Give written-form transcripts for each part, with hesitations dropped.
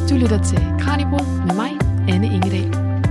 Du lytter til Kraniebrud med mig, Anne Ingedal.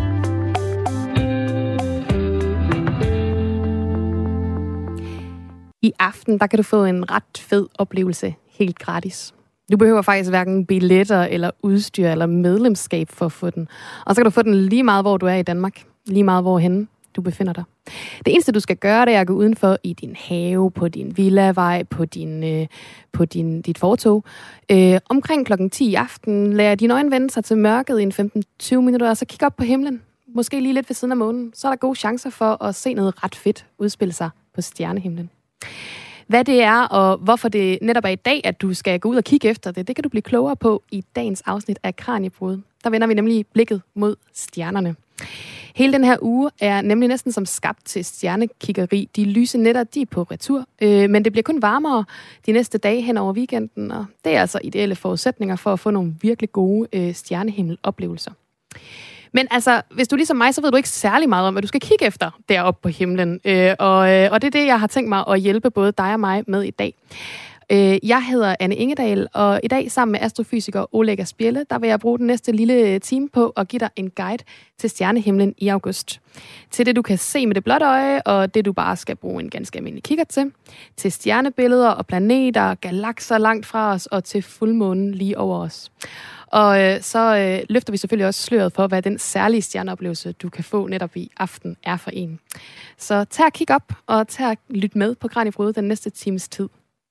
I aften der kan du få en ret fed oplevelse helt gratis. Du behøver faktisk hverken billetter eller udstyr eller medlemskab for at få den. Og så kan du få den lige meget, hvor du er i Danmark. Lige meget, hvorhenne du befinder dig. Det eneste, du skal gøre, det er at gå udenfor i din have, på din villavej, på dit fortov. Omkring klokken 10 i aften, lad dine øjne vende sig til mørket i en 15-20 minutter, og så kig op på himlen. Måske lige lidt ved siden af månen. Så er der gode chancer for at se noget ret fedt udspille sig på stjernehimlen. Hvad det er, og hvorfor det netop er i dag, at du skal gå ud og kigge efter det, det kan du blive klogere på i dagens afsnit af Kraniebrud. Der vender vi nemlig blikket mod stjernerne. Hele den her uge er nemlig næsten som skabt til stjernekiggeri. De lyse nætter, de er på retur, men det bliver kun varmere de næste dage hen over weekenden, og det er altså ideelle forudsætninger for at få nogle virkelig gode stjernehimmeloplevelser. Men altså, hvis du ligesom mig, så ved du ikke særlig meget om, hvad du skal kigge efter deroppe på himlen. Og det er det, jeg har tænkt mig at hjælpe både dig og mig med i dag. Jeg hedder Anne Ingedal, og i dag sammen med astrofysiker Oleg Asbjelle, der vil jeg bruge den næste lille time på at give dig en guide til stjernehimlen i august. Til det, du kan se med det blotte øje, og det, du bare skal bruge en ganske almindelig kikkert til. Til stjernebilleder og planeter, galakser langt fra os, og til fuldmånen lige over os. Og så løfter vi selvfølgelig også sløret for, hvad den særlige stjerneoplevelse, du kan få netop i aften, er for en. Så tag og kig op, og tag og lyt med på Kraniebrud den næste times tid.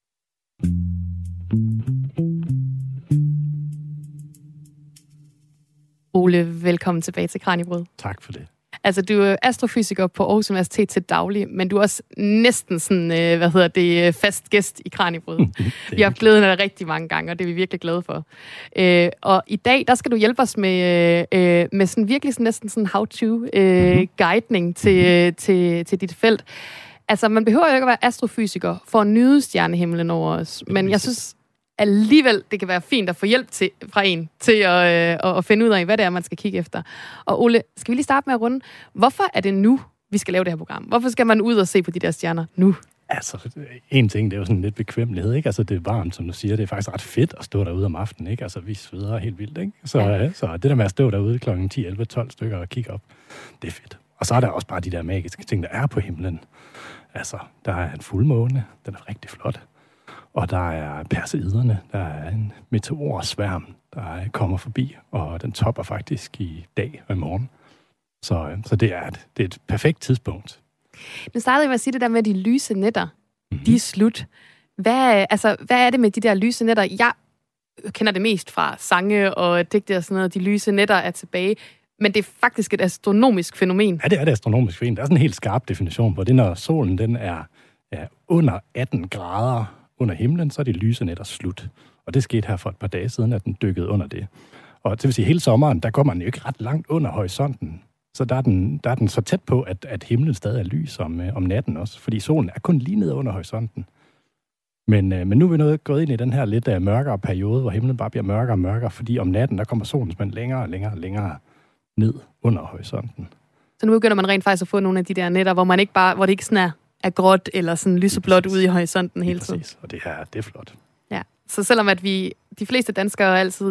Ole, velkommen tilbage til Kraniebrud. Tak for det. Altså, du er astrofysiker på Aarhus Universitet til daglig, men du er også næsten sådan, fast gæst i Kraniebrud. Vi har glædet dig rigtig mange gange, og det er vi virkelig glade for. Og i dag, der skal du hjælpe os med sådan virkelig sådan, næsten sådan how-to-guidning til dit felt. Altså, man behøver jo ikke at være astrofysiker for at nyde stjernehimlen over os, men jeg synes alligevel, det kan være fint at få hjælp fra en til at finde ud af, hvad det er, man skal kigge efter. Og Ole, skal vi lige starte med at runde? Hvorfor er det nu, vi skal lave det her program? Hvorfor skal man ud og se på de der stjerner nu? Altså, en ting, det er jo sådan lidt bekvemmelighed, ikke? Altså, det er varmt, som du siger. Det er faktisk ret fedt at stå derude om aftenen, ikke? Altså, vi sveder helt vildt, ikke? Så det der med at stå derude klokken 10, 11, 12 stykker og kigge op, det er fedt. Og så er der også bare de der magiske ting, der er på himlen. Altså, der er en fuldmåne, den er rigtig flot. Og der er perseiderne, der er en meteorsværm, der kommer forbi, og den topper faktisk i dag og i morgen. Så det er et perfekt tidspunkt. Nu startede jeg med at sige det der med de lyse nætter. De er slut. Hvad er det med de der lyse nætter? Jeg kender det mest fra sange og digte og sådan noget. De lyse nætter er tilbage. Men det er faktisk et astronomisk fænomen. Ja, det er et astronomisk fænomen. Der er sådan en helt skarp definition på det. Når solen den er under 18 grader under himlen, så er de lyse nætter slut. Og det skete her for et par dage siden, at den dykkede under det. Og det vil sige, hele sommeren, der går man jo ikke ret langt under horisonten. Så der er den så tæt på, at himlen stadig er lys om natten også. Fordi solen er kun lige nede under horisonten. Men nu er vi gået ind i den her lidt mørkere periode, hvor himlen bare bliver mørkere og mørkere, fordi om natten, der kommer solen simpelthen længere ned under horisonten. Så nu begynder man rent faktisk at få nogle af de der nætter, hvor det ikke sådan er gråt eller sådan lyseblåt ude i horisonten hele tiden. Præcis, og det er flot. Ja, så selvom at de fleste danskere altid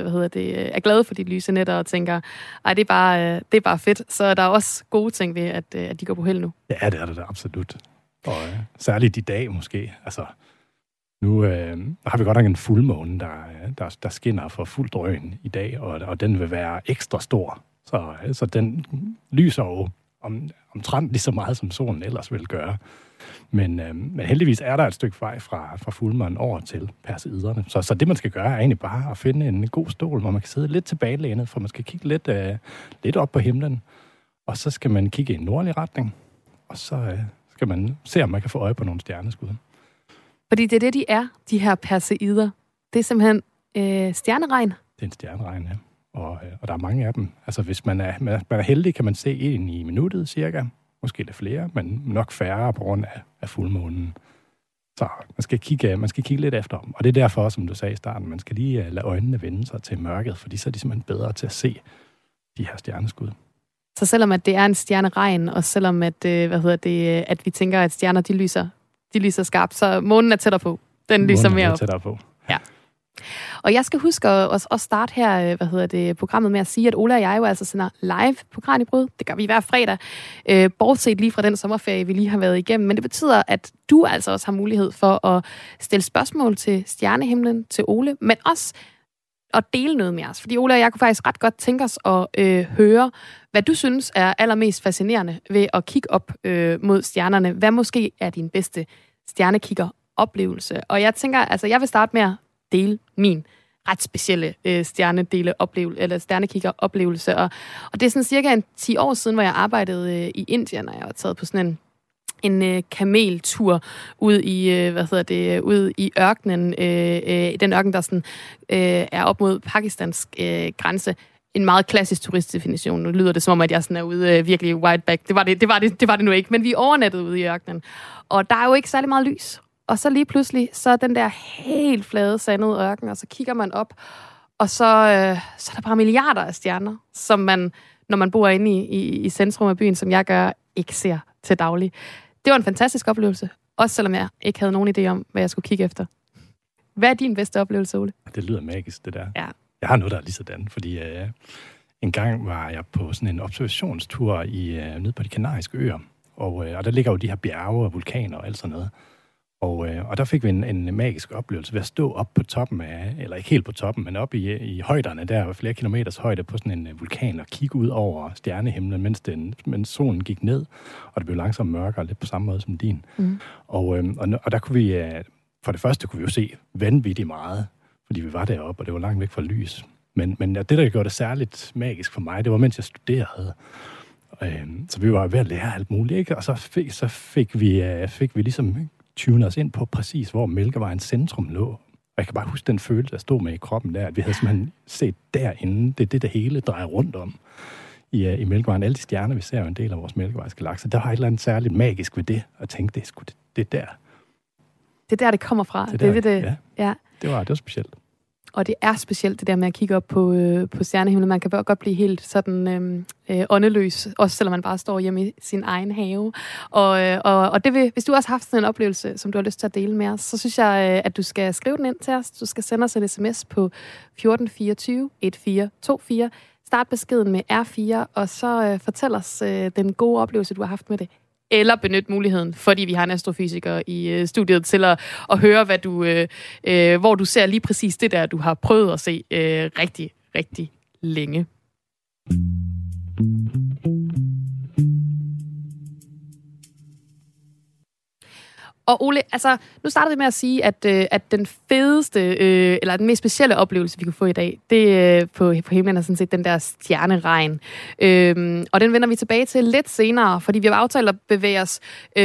er glade for de lyse nætter og tænker, det er bare fedt, så er der også gode ting ved, at de går på held nu. Ja, det er det absolut. Og særligt i dag måske. Altså, nu har vi godt nok en fuldmåne, der skinner for fuld drøn i dag, og den vil være ekstra stor. Så den lyser jo omtrent lige så meget, som solen ellers vil gøre. Men heldigvis er der et stykke vej fra fuldmånen over til perseiderne. Så det, man skal gøre, er egentlig bare at finde en god stol, hvor man kan sidde lidt tilbagelænet, for man skal kigge lidt op på himlen. Og så skal man kigge i en nordlig retning, og så skal man se, om man kan få øje på nogle stjerneskud. Fordi det er det, de er, de her perseider. Det er simpelthen stjerneregn. Det er en stjerneregn, ja. Og der er mange af dem. Altså, hvis man er heldig, kan man se en i minuttet cirka. Måske lidt flere, men nok færre på grund af fuldmånen. Så man skal kigge lidt efter dem. Og det er derfor, som du sagde i starten, man skal lige lade øjnene vende sig til mørket, fordi så er de simpelthen bedre til at se de her stjerneskud. Så selvom at det er en stjerneregn, og selvom at, at vi tænker, at stjerner de lyser skarpt, så månen er tættere på. Den lyser mere op. Tættere på. Ja. Og jeg skal huske at starte her, programmet med at sige, at Ola og jeg jo altså sender live på Kraniebrud. Det gør vi hver fredag, bortset lige fra den sommerferie, vi lige har været igennem. Men det betyder, at du altså også har mulighed for at stille spørgsmål til stjernehimlen, til Ole, men også at dele noget med os. Fordi Ola og jeg kunne faktisk ret godt tænke os at høre, hvad du synes er allermest fascinerende ved at kigge op mod stjernerne. Hvad måske er din bedste stjernekiggeroplevelse? Og jeg tænker, altså jeg vil starte med at dele min ret specielle stjernekiggeroplevelse. Og det er sådan cirka 10 år siden, hvor jeg arbejdede i Indien, og jeg var taget på sådan en kameltur ud i ud i ørkenen, den ørken der sådan er op mod Pakistans grænse. En meget klassisk turistdefinition. Nu lyder det som om at jeg sådan er ude virkelig whiteback. Det var det nu ikke, men vi overnattede ude i ørkenen. Og der er jo ikke særlig meget lys. Og så lige pludselig så er den der helt flade sandede ørken, og så kigger man op, og så er der bare milliarder af stjerner, som man, når man bor inde i centrum af byen, som jeg gør, ikke ser til daglig. Det var en fantastisk oplevelse, også selvom jeg ikke havde nogen idé om, hvad jeg skulle kigge efter. Hvad er din bedste oplevelse, Ole? Det lyder magisk, det der. Ja. Jeg har noget, der er lige sådan, fordi en gang var jeg på sådan en observationstur nede på de Kanariske Øer, og der ligger jo de her bjerge og vulkaner og alt sådan noget. Og der fik vi en magisk oplevelse ved at stå op på toppen af, eller ikke helt på toppen, men op i højderne, der var flere kilometers højde på sådan en vulkan, og kigge ud over stjernehimlen, mens solen gik ned, og det blev langsomt mørkere, lidt på samme måde som din. Mm. Og der kunne vi, for det første kunne vi jo se vanvittigt meget, fordi vi var deroppe, og det var langt væk fra lys. Men det, der gjorde det særligt magisk for mig, det var, mens jeg studerede. Så vi var ved at lære alt muligt, ikke? Og så fik vi ligesom tune os ind på præcis, hvor Mælkevejens centrum lå. Og jeg kan bare huske den følelse, der stod med i kroppen der, at vi havde simpelthen set derinde, det er det hele drejer rundt om i Mælkevejen. Alle de stjerner, vi ser, jo en del af vores Mælkevejsgalakse. Der var et eller andet særligt magisk ved det, at tænke, det der. Det er der, det kommer fra. Ja. Det var specielt. Og det er specielt, det der med at kigge op på stjernehimlen. Man kan godt blive helt sådan åndeløs, også selvom man bare står hjemme i sin egen have. Og det hvis du også har haft sådan en oplevelse, som du har lyst til at dele med os, så synes jeg, at du skal skrive den ind til os. Du skal sende os en sms på 1424 1424. Start beskeden med R4, og så fortæl os den gode oplevelse, du har haft med det. Eller benytte muligheden, fordi vi har en astrofysiker i studiet, til at høre, hvor du ser lige præcis det der, du har prøvet at se rigtig, rigtig længe. Og Ole, altså, nu startede vi med at sige, at den fedeste, eller den mest specielle oplevelse, vi kunne få i dag, det på himlen er sådan set den der stjerneregn. Og den vender vi tilbage til lidt senere, fordi vi har aftalt at bevæge os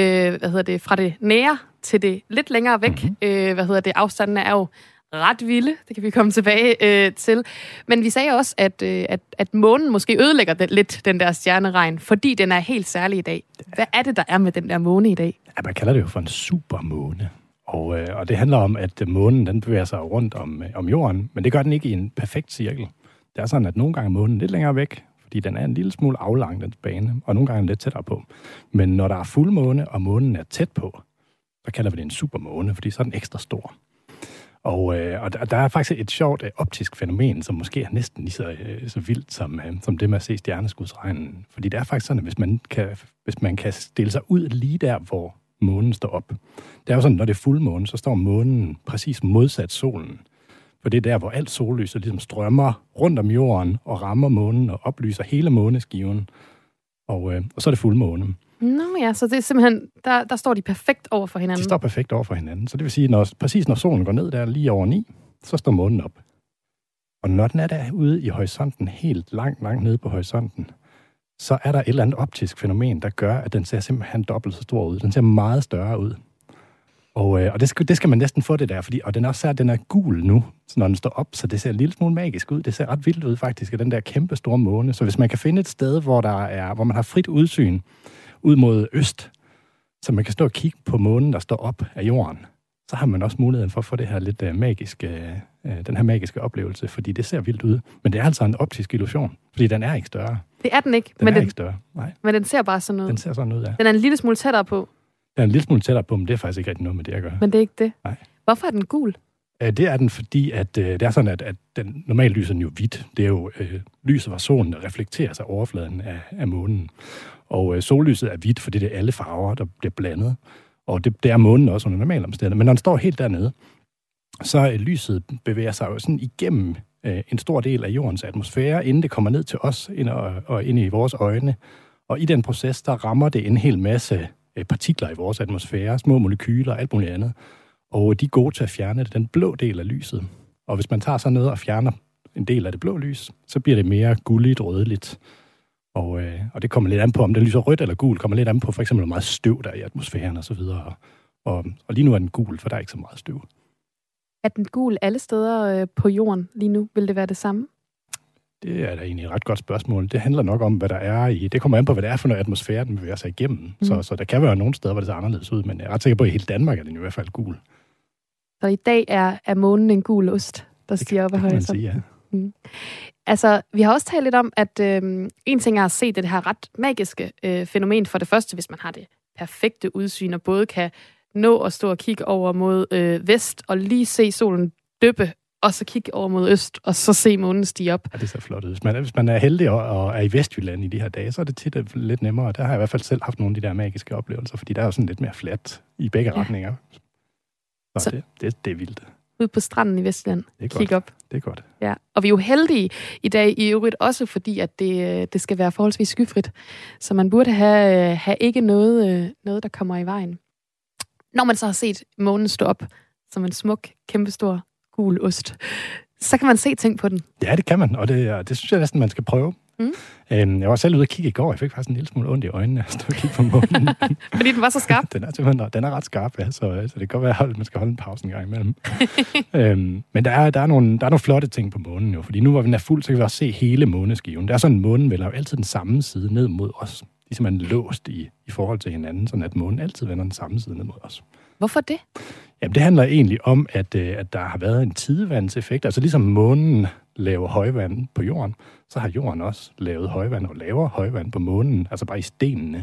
fra det nære til det lidt længere væk. Mm-hmm. Afstandene er jo ret vilde, det kan vi komme tilbage til. Men vi sagde også, at månen måske ødelægger lidt den der stjerneregn, fordi den er helt særlig i dag. Hvad er det, der er med den der måne i dag? Ja, man kalder det jo for en supermåne. Og det handler om, at månen den bevæger sig rundt om jorden, men det gør den ikke i en perfekt cirkel. Det er sådan, at nogle gange er månen lidt længere væk, fordi den er en lille smule aflang, den bane, og nogle gange lidt tættere på. Men når der er fuldmåne, og månen er tæt på, så kalder vi det en supermåne, fordi så er den ekstra stor. Og der er faktisk et sjovt optisk fænomen, som måske er næsten lige så vildt som det med at se stjerneskudsregnen. Fordi det er faktisk sådan, at hvis man kan stille sig ud lige der, hvor månen står op. Det er jo sådan, når det er fuldmåne, så står månen præcis modsat solen. For det er der, hvor alt sollyset ligesom strømmer rundt om jorden og rammer månen og oplyser hele måneskiven. Og så er det fuldmåne. Nå ja, så det er simpelthen, der står de perfekt over for hinanden. De står perfekt over for hinanden. Så det vil sige, præcis når solen går ned der lige over 9, så står månen op. Og når den er derude i horisonten, helt langt nede på horisonten, så er der et eller andet optisk fænomen, der gør, at den ser simpelthen dobbelt så stor ud. Den ser meget større ud. Og det skal man næsten få det der, og den er også den er gul nu, så når den står op, så det ser en lille smule magisk ud. Det ser ret vildt ud faktisk, af den der kæmpe store måne. Så hvis man kan finde et sted, hvor man har frit udsyn ud mod øst, så man kan stå og kigge på månen, der står op af jorden, så har man også muligheden for at få det her lidt den her magiske oplevelse, fordi det ser vildt ud. Men det er altså en optisk illusion, fordi den er ikke større. Det er den ikke. Den er ikke større, nej. Men den ser bare sådan ud. Den ser sådan ud, ja. Den er en lille smule tættere på. Den er en lille smule tættere på, men det er faktisk ikke rigtig noget med det at gøre. Men det er ikke det? Nej. Hvorfor er den gul? Det er den, fordi at det er sådan, at den normalt lyser den jo hvidt. Det er jo lyset fra solen, der reflekterer sig overfladen af månen. Og sollyset er hvidt, fordi det er alle farver, der bliver blandet. Og det er månen også under normale omstændigheder. Men når den står helt dernede, så lyset bevæger sig jo sådan igennem en stor del af jordens atmosfære, inden det kommer ned til os og ind i vores øjne. Og i den proces, der rammer det en hel masse partikler i vores atmosfære, små molekyler og alt muligt andet. Og de er gode til at fjerne den blå del af lyset. Og hvis man tager sådan noget og fjerner en del af det blå lys, så bliver det mere gulligt, rødligt. Og det kommer lidt an på, om det lyser rødt eller gul, kommer lidt an på for eksempel, hvor meget støv der er i atmosfæren og så videre. Og lige nu er den gul, for der er ikke så meget støv. Er den gul alle steder på jorden lige nu? Vil det være det samme? Det er da egentlig et ret godt spørgsmål. Det handler nok om, hvad der er i... Det kommer an på, hvad det er for noget atmosfære, den bevæger sig igennem. Så der kan være nogle steder, hvor det ser anderledes ud, men jeg er ret sikker på, at i hele Danmark er den i hvert fald gul. Så i dag er månen en gul ost, der stiger op af horisonten? Det kan man sige, ja. Altså, vi har også talt lidt om, at en ting er at se det her ret magiske fænomen. For det første, hvis man har det perfekte udsyn, og både kan nå at stå og kigge over mod vest, og lige se solen dyppe, og så kigge over mod øst, og så se månen stige op. Ja, det ser flot ud. Hvis man er heldig og er i Vestjylland i de her dage, så er det tit lidt nemmere. Der har jeg i hvert fald selv haft nogle af de der magiske oplevelser, fordi der er jo sådan lidt mere fladt i begge retninger. Så det er vildt. Ude på stranden i Vestjylland. Kig op. Det er godt. Ja. Og vi er jo heldige i dag i øvrigt også, fordi at det skal være forholdsvis skyfrit. Så man burde have ikke noget, der kommer i vejen. Når man så har set månen stå op som en smuk, kæmpestor, gul ost, så kan man se ting på den. Ja, det kan man, og det synes jeg næsten, man skal prøve. Jeg var selv ude og kigge i går, jeg fik faktisk en lille smule ondt i øjnene at stå og kigge på månen. Fordi den var så skarp? Den er ret skarp, ja, så det kan godt være, at man skal holde en pause en gang imellem. Men der er nogle flotte ting på månen jo, fordi nu hvor den er fuld, så kan vi også se hele måneskiven. Det er sådan, at månen vender jo altid den samme side ned mod os. De er simpelthen låst i forhold til hinanden, sådan at månen altid vender den samme side ned mod os. Hvorfor det? Jamen, det handler egentlig om, at der har været en tidevandseffekt. Altså ligesom månen laver højvand på jorden, så har jorden også lavet højvand og laver højvand på månen, altså bare i stenene.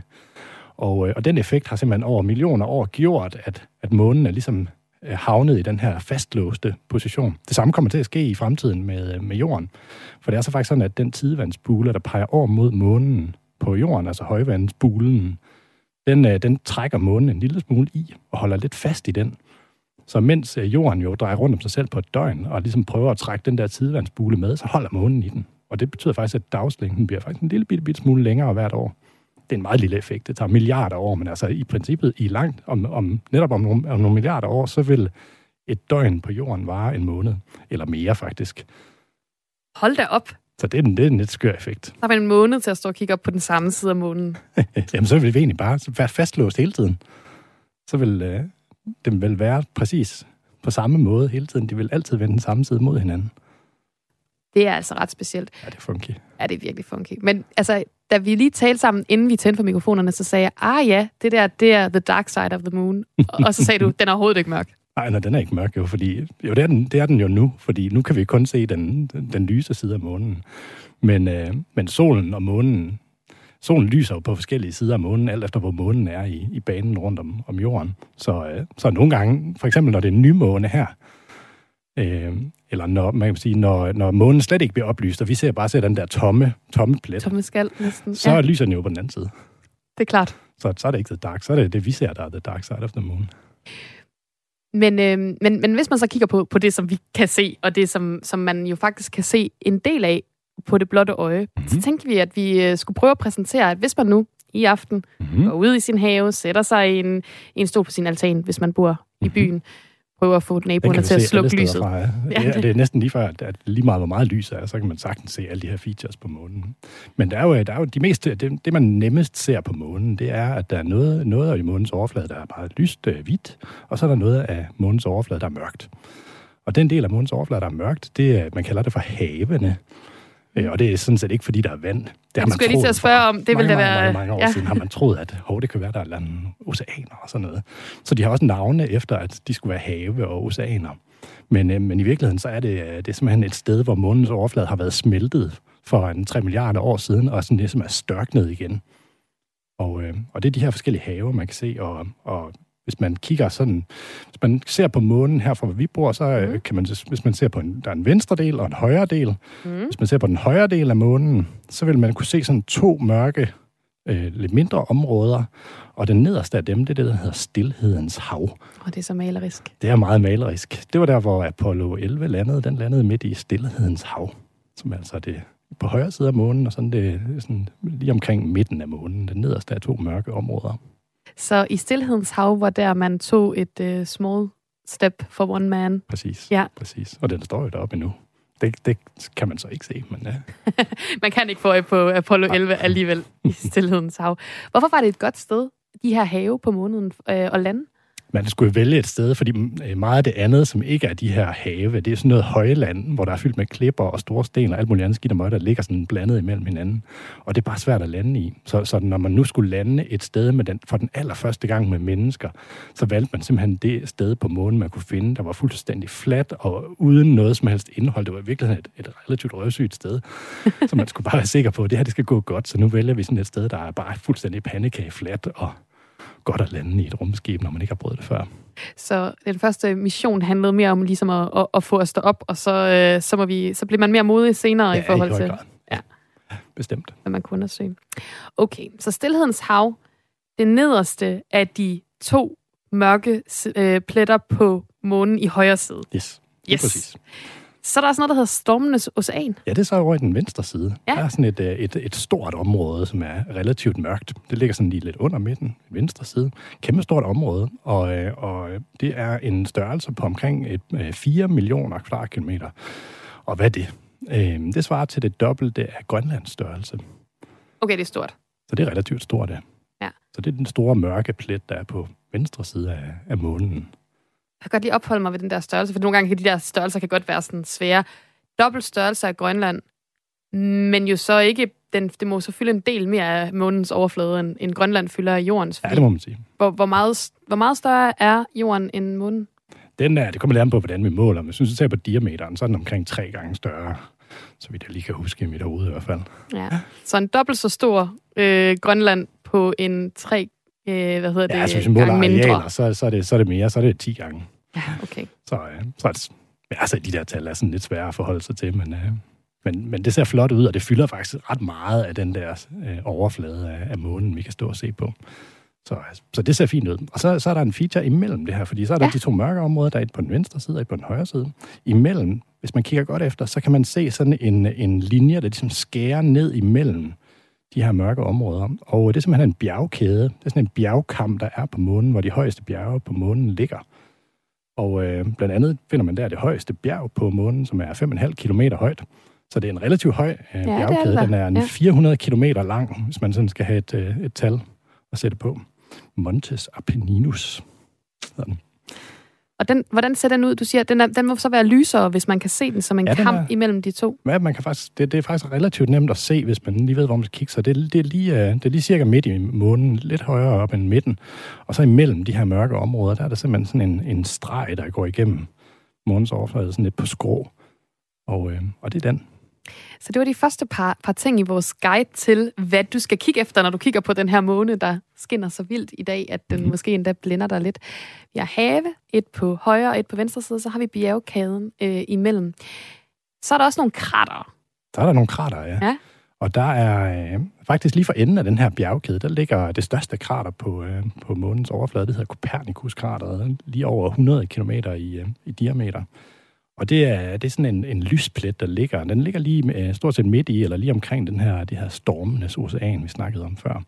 Og den effekt har simpelthen over millioner år gjort, at månen er ligesom havnet i den her fastlåste position. Det samme kommer til at ske i fremtiden med jorden. For det er så faktisk sådan, at den tidevandsbule, der peger over mod månen på jorden, altså højvandsbulen, den trækker månen en lille smule i og holder lidt fast i den. Så mens jorden jo drejer rundt om sig selv på et døgn og ligesom prøver at trække den der tidevandsbule med, så holder månen i den. Og det betyder faktisk, at dagslængden bliver faktisk en lille bitte smule længere hvert år. Det er en meget lille effekt. Det tager milliarder år, men altså i princippet netop om nogle milliarder år, så vil et døgn på jorden vare en måned. Eller mere faktisk. Hold da op. Så det er en lidt skør effekt. Så har man en måned til at stå og kigge op på den samme side af månen. Jamen, så vil vi egentlig bare være fastlåst hele tiden. Så vil den vil være præcis på samme måde hele tiden. De vil altid vende den samme side mod hinanden. Det er altså ret specielt. Ja, det er funky. Ja, det er virkelig funky. Men altså, da vi lige talte sammen, inden vi tændte for mikrofonerne, så sagde jeg, ja, det er the dark side of the moon. Og så sagde du, den er overhovedet ikke mørk. Nej, den er ikke mørk jo, fordi... Jo, det er den jo nu, fordi nu kan vi kun se den lyse side af månen. Men solen og månen... Solen lyser jo på forskellige sider af månen, alt efter hvor månen er i banen rundt om jorden. Så nogle gange, for eksempel når det er en nymåne her, eller når månen slet ikke bliver oplyst, og vi ser den der tomme plet. Tomme skal næsten. Så lyser den jo på den anden side. Det er klart. Så er det ikke the dark, så er det vi ser, der er the dark side of the moon. Men hvis man så kigger på det, som vi kan se, og det, som man jo faktisk kan se en del af på det blotte øje, så tænkte vi, at vi skulle prøve at præsentere, at hvis man nu i aften går ud i sin have, sætter sig i en stol på sin altan, hvis man bor i byen, prøver at få naboerne til at slukke lyset. Det er næsten lige før, at lige meget hvor meget lys er, så kan man sagtens se alle de her features på månen. Men der er jo det man nemmest ser på månen, det er, at der er noget af månens overflade, der er bare lyst hvidt, og så er der noget af månens overflade, der er mørkt. Og den del af månens overflade, der er mørkt, man kalder det for havene. Og det er sådan set ikke, fordi der er vand. Det har man troet lige spørge om. Det vil mange år siden har man troet, at det kan være, der er oceaner og sådan noget. Så de har også navne efter, at de skulle være have og oceaner. Men i virkeligheden, så er det simpelthen et sted, hvor månens overflade har været smeltet for 3 milliarder år siden, og sådan ligesom er størknet igen. Og det er de her forskellige have, man kan se, og Hvis man kigger sådan, hvis man ser på månen her fra, hvor vi bor, så kan man, hvis man ser på der er en venstre del og en højre del. Hvis man ser på den højre del af månen, så vil man kunne se sådan 2 mørke, lidt mindre områder, og den nederste af dem, det er det, der hedder Stilhedens Hav. Og det er så malerisk. Det er meget malerisk. Det var der, hvor Apollo 11 landede. Den landede midt i Stilhedens Hav, som altså det på højre side af månen, og sådan det sådan lige omkring midten af månen. Den nederste af 2 mørke områder. Så i Stilhedens Hav var der, man tog et small step for one man. Præcis, ja. Præcis. Og den står jo deroppe endnu. Det kan man så ikke se, men ja. Man kan ikke få øje på Apollo 11 alligevel i Stilhedens Hav. Hvorfor var det et godt sted, de her have på månen at lande? Man skulle vælge et sted, fordi meget af det andet, som ikke er de her have, det er sådan noget højland, hvor der er fyldt med klipper og store sten og alt muligt andet skidt og møg, der ligger sådan blandet imellem hinanden. Og det er bare svært at lande i. Så når man nu skulle lande et sted med for den allerførste gang med mennesker, så valgte man simpelthen det sted på månen, man kunne finde, der var fuldstændig fladt og uden noget som helst indhold. Det var i virkeligheden et relativt røvsygt sted, så man skulle bare være sikker på, at det her det skal gå godt. Så nu vælger vi sådan et sted, der er bare fuldstændig pandekagefladt og godt at lande i et rumskib, når man ikke har prøvet det før. Så den første mission handlede mere om ligesom at få os derop, og så bliver man mere modig senere i forhold til... Ja, bestemt. Hvad man kunne undersøge. Okay, så Stilhedens Hav, det nederste af de 2 mørke pletter på månen i højre side. Yes. Præcis. Så er der også noget, der hedder Stormenes Ocean. Ja, det er så over i den venstre side. Ja. Der er sådan et stort område, som er relativt mørkt. Det ligger sådan lige lidt under midten, den venstre side. Kæmpe stort område, og det er en størrelse på omkring 4 millioner kvadratkilometer. Og hvad er det? Det svarer til det dobbelte af Grønlands størrelse. Okay, det er stort. Så det er relativt stort, ja. Ja. Så det er den store mørke plet, der er på venstre side af månen. Jeg kan godt lige opholde mig ved den der størrelse, for nogle gange kan de der størrelser godt være sådan svære. Dobbelt størrelse af Grønland, men jo så ikke, det må så fylde en del mere af månens overflade, end Grønland fylder af jordens. Ja, det må man sige. Hvor meget større er jorden end månen? Det kommer lidt på, hvordan vi måler. Men hvis du ser på diameteren, så er den omkring 3 gange større. Så vidt jeg lige kan huske i mit hoved i hvert fald. Ja, så en dobbelt så stor Grønland på en 3 altså hvis vi måler arealer, så er det mere, så er det 10 gange. Ja, okay. Så de der tal er sådan lidt svære at forholde sig til, men det ser flot ud, og det fylder faktisk ret meget af den der overflade af månen, vi kan stå og se på. Så det ser fint ud. Og så er der en feature imellem det her, fordi så er der de 2 mørke områder, der er et på den venstre side og et på den højre side. Imellem, hvis man kigger godt efter, så kan man se sådan en linje, der ligesom skærer ned imellem de her mørke områder. Og det er simpelthen en bjergkæde. Det er sådan en bjergkam, der er på månen, hvor de højeste bjerge på månen ligger. Og blandt andet finder man der det højeste bjerg på månen, som er 5,5 kilometer højt. Så det er en relativt høj bjergkæde. Den er 400 kilometer lang, hvis man sådan skal have et tal at sætte på. Montes Apenninus. Sådan. Og hvordan ser den ud? Du siger, den må så være lysere, hvis man kan se den som en kamp imellem de 2. Ja, man kan faktisk, det er faktisk relativt nemt at se, hvis man lige ved, hvor man skal kigge. Så det er lige cirka midt i månen, lidt højere op end midten. Og så imellem de her mørke områder, der er der simpelthen sådan en streg, der går igennem månens overflade, sådan lidt på skrå. Og det er den. Så det var de første par ting i vores guide til, hvad du skal kigge efter, når du kigger på den her måne, der skinner så vildt i dag, at den måske endda blænder dig lidt. Vi har have, et på højre og et på venstre side, så har vi bjergkæden imellem. Så er der også nogle kratere. Så er der nogle kratere, ja. Og der er faktisk lige for enden af den her bjergkæde, der ligger det største krater på månens overflade. Det hedder Copernicus-krateret, lige over 100 kilometer i diameter. Og det er sådan en lysplet, der ligger. Den ligger lige stort set midt i, eller lige omkring det her stormenes ocean, vi snakkede om før.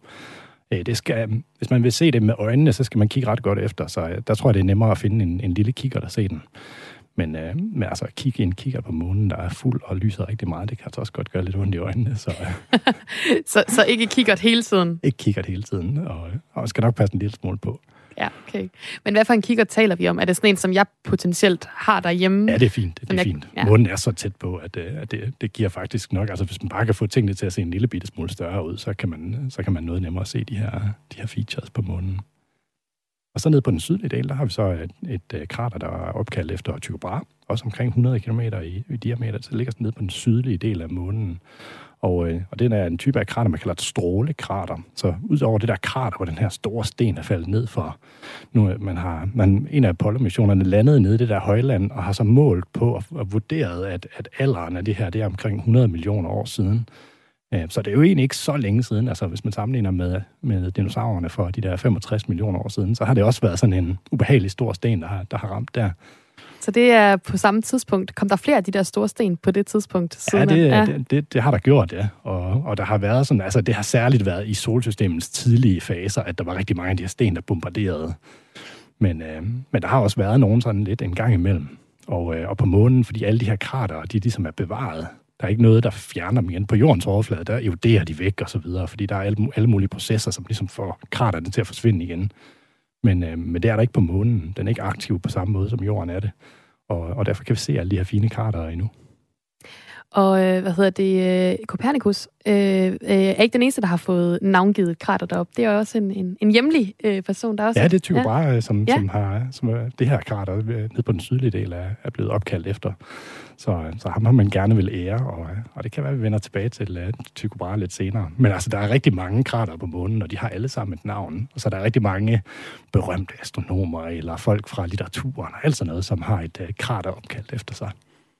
Hvis man vil se det med øjnene, så skal man kigge ret godt efter. Så der tror jeg, det er nemmere at finde en lille kikkert at se den. Men altså at kigge i en kikkert på månen, der er fuld og lyser rigtig meget, det kan altså også godt gøre lidt ondt i øjnene. Så ikke kikkert hele tiden? Ikke kikkert hele tiden, og skal nok passe en lille smule på. Ja, okay. Men hvad for en kikkert taler vi om? Er det sådan en, som jeg potentielt har derhjemme? Ja, det er fint. Det er fint. Ja. Månen er så tæt på, at det giver faktisk nok. Altså, hvis man bare kan få tingene til at se en lille bitte smule større ud, så kan man noget nemmere se de her features på månen. Og så nede på den sydlige del, der har vi så et krater, der er opkaldt efter Tycho Brahe, også omkring 100 km i diameter. Så det ligger sådan nede på den sydlige del af månen. Og det er en type af krater, man kalder et strålekrater. Så ud over det der krater, hvor den her store sten er faldet ned for, nu en af Apollo-missionerne landede nede i det der højland, og har så målt på og vurderet, at alderen af det her, det er omkring 100 millioner år siden. Så det er jo egentlig ikke så længe siden, altså hvis man sammenligner med dinosaurerne for de der 65 millioner år siden, så har det også været sådan en ubehagelig stor sten, der har ramt der. Så det er på samme tidspunkt. Kom der flere af de der store sten på det tidspunkt? Siden det har der gjort, ja. Og der har været sådan, altså det har særligt været i solsystemets tidlige faser, at der var rigtig mange af de her sten, der bombarderede. Men der har også været nogen sådan lidt en gang imellem. Og på månen, fordi alle de her krater, de ligesom er bevaret. Der er ikke noget, der fjerner dem igen. På jordens overflade, der eroderer de væk og så videre, fordi der er alle mulige processer, som ligesom får kraterne til at forsvinde igen. Men det er der ikke på månen. Den er ikke aktiv på samme måde, som jorden er det. Og derfor kan vi se alle de her fine krater endnu. Og Copernicus er ikke den eneste, der har fået navngivet krater deroppe. Det er også en hjemlig person, der også... Ja, det er Tycho Brahe, som det her krater nede på den sydlige del er blevet opkaldt efter. Så ham har man gerne vil ære, og det kan være, at vi vender tilbage til Tycho Brahe lidt senere. Men altså, der er rigtig mange krater på månen, og de har alle sammen et navn. Og så er der rigtig mange berømte astronomer eller folk fra litteraturen og alt sådan noget, som har et krater opkaldt efter sig.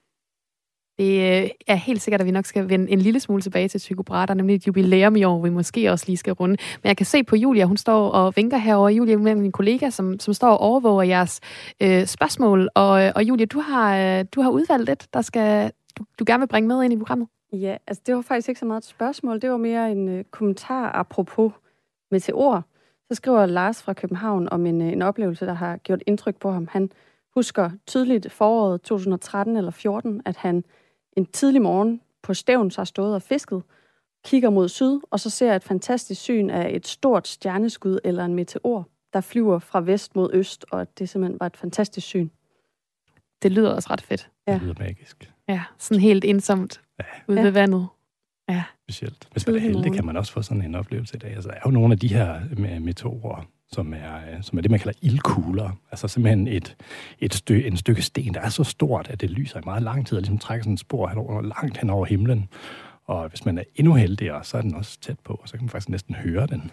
Det er helt sikkert, at vi nok skal vende en lille smule tilbage til Tycho Brahe. Der er nemlig et jubilæum i år, vi måske også lige skal runde. Men jeg kan se på Julia, hun står og vinker herovre. Julia er min kollega, som står og overvåger jeres spørgsmål. Og Julia, du har udvalgt et, der skal du gerne vil bringe med ind i programmet. Ja, altså det var faktisk ikke så meget et spørgsmål. Det var mere en kommentar apropos meteor. Så skriver Lars fra København om en oplevelse, der har gjort indtryk på ham. Han husker tydeligt foråret 2013 eller 14, at han en tidlig morgen på Stevns har stået og fisket, kigger mod syd, og så ser et fantastisk syn af et stort stjerneskud eller en meteor, der flyver fra vest mod øst, og det simpelthen var et fantastisk syn. Det lyder også ret fedt. Ja. Det lyder magisk. Ja, sådan helt ensomt ude ved vandet. Ja. Specielt. Hvis man er heldig, kan man også få sådan en oplevelse i dag. Altså, der er jo nogle af de her meteorer, som er det, man kalder ildkugler. Altså simpelthen en stykke sten, der er så stort, at det lyser i meget lang tid, og ligesom trækker sådan et spor langt hen over himlen. Og hvis man er endnu heldigere, så er den også tæt på, og så kan man faktisk næsten høre den.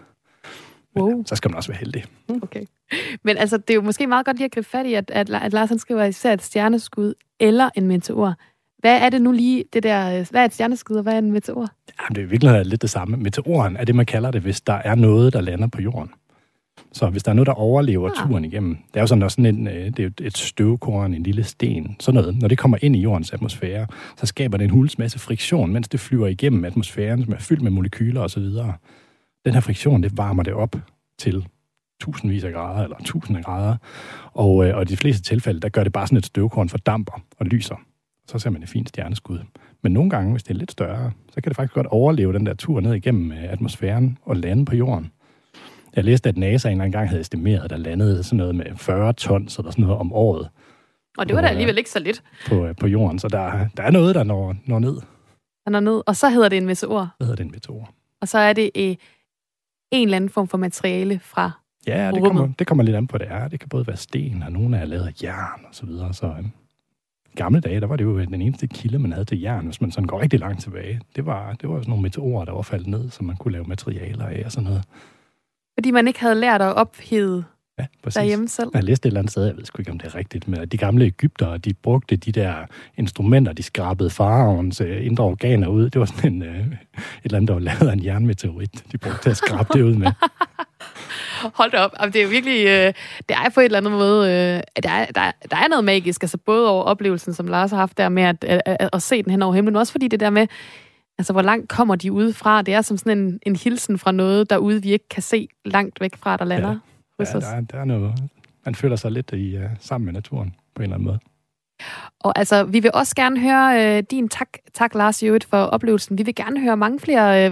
Men så skal man også være heldig. Okay. Men altså, det er jo måske meget godt lige at gribe fat i, at Lars han skriver især et stjerneskud eller en meteor. Hvad er det nu lige, det der, hvad er et stjerneskud, og hvad er en meteor? Jamen, det er virkelig lidt det samme. Meteoren er det, man kalder det, hvis der er noget, der lander på jorden. Så hvis der er noget, der overlever turen igennem, det er jo sådan, der er sådan det er et støvkorn, en lille sten, sådan noget. Når det kommer ind i jordens atmosfære, så skaber det en hulens masse friktion, mens det flyver igennem atmosfæren, som er fyldt med molekyler osv. Den her friktion, det varmer det op til tusindvis af grader, eller 1000 grader. Og i de fleste tilfælde, der gør det bare sådan et støvkorn fordamper og lyser. Så ser man et fint stjerneskud. Men nogle gange, hvis det er lidt større, så kan det faktisk godt overleve den der tur ned igennem atmosfæren og lande på jorden. Jeg læste, at NASA en gang havde estimeret, at der landede sådan noget med 40 tons eller sådan noget om året. Og det var da alligevel ikke så lidt. På jorden, så der er noget, der når ned. Der når ned, og så hedder det en meteor. Det hedder det en meteor. Og så er det en eller anden form for materiale fra rummet. Det kommer lidt an på, det er. Det kan både være sten, og nogle er lavet af jern og så videre. Så i gamle dage, der var det jo den eneste kilde, man havde til jern, hvis man sådan går rigtig langt tilbage. Det var sådan nogle meteorer, der var faldet ned, som man kunne lave materialer af og sådan noget. Fordi man ikke havde lært at ophede derhjemme selv. Jeg læste et eller andet sted, jeg ved sgu ikke, om det er rigtigt, men de gamle egyptere, de brugte de der instrumenter, de skrabede faraons indre organer ud. Det var sådan et eller andet, der var lavet af en jernmeteorit. De brugte til at skrabe det ud med. Hold da op. Det er virkelig, det er på et eller andet måde, der er noget magisk, altså både over oplevelsen, som Lars har haft der med at se den hen over himlen, men også fordi det der med, altså, hvor langt kommer de udefra? Det er som sådan en hilsen fra noget, derude, vi ikke kan se langt væk fra, der lander hos os. Der er noget. Man føler sig lidt sammen med naturen på en eller anden måde. Og altså, vi vil også gerne høre din tak Lars Jøvet, for oplevelsen. Vi vil gerne høre mange flere,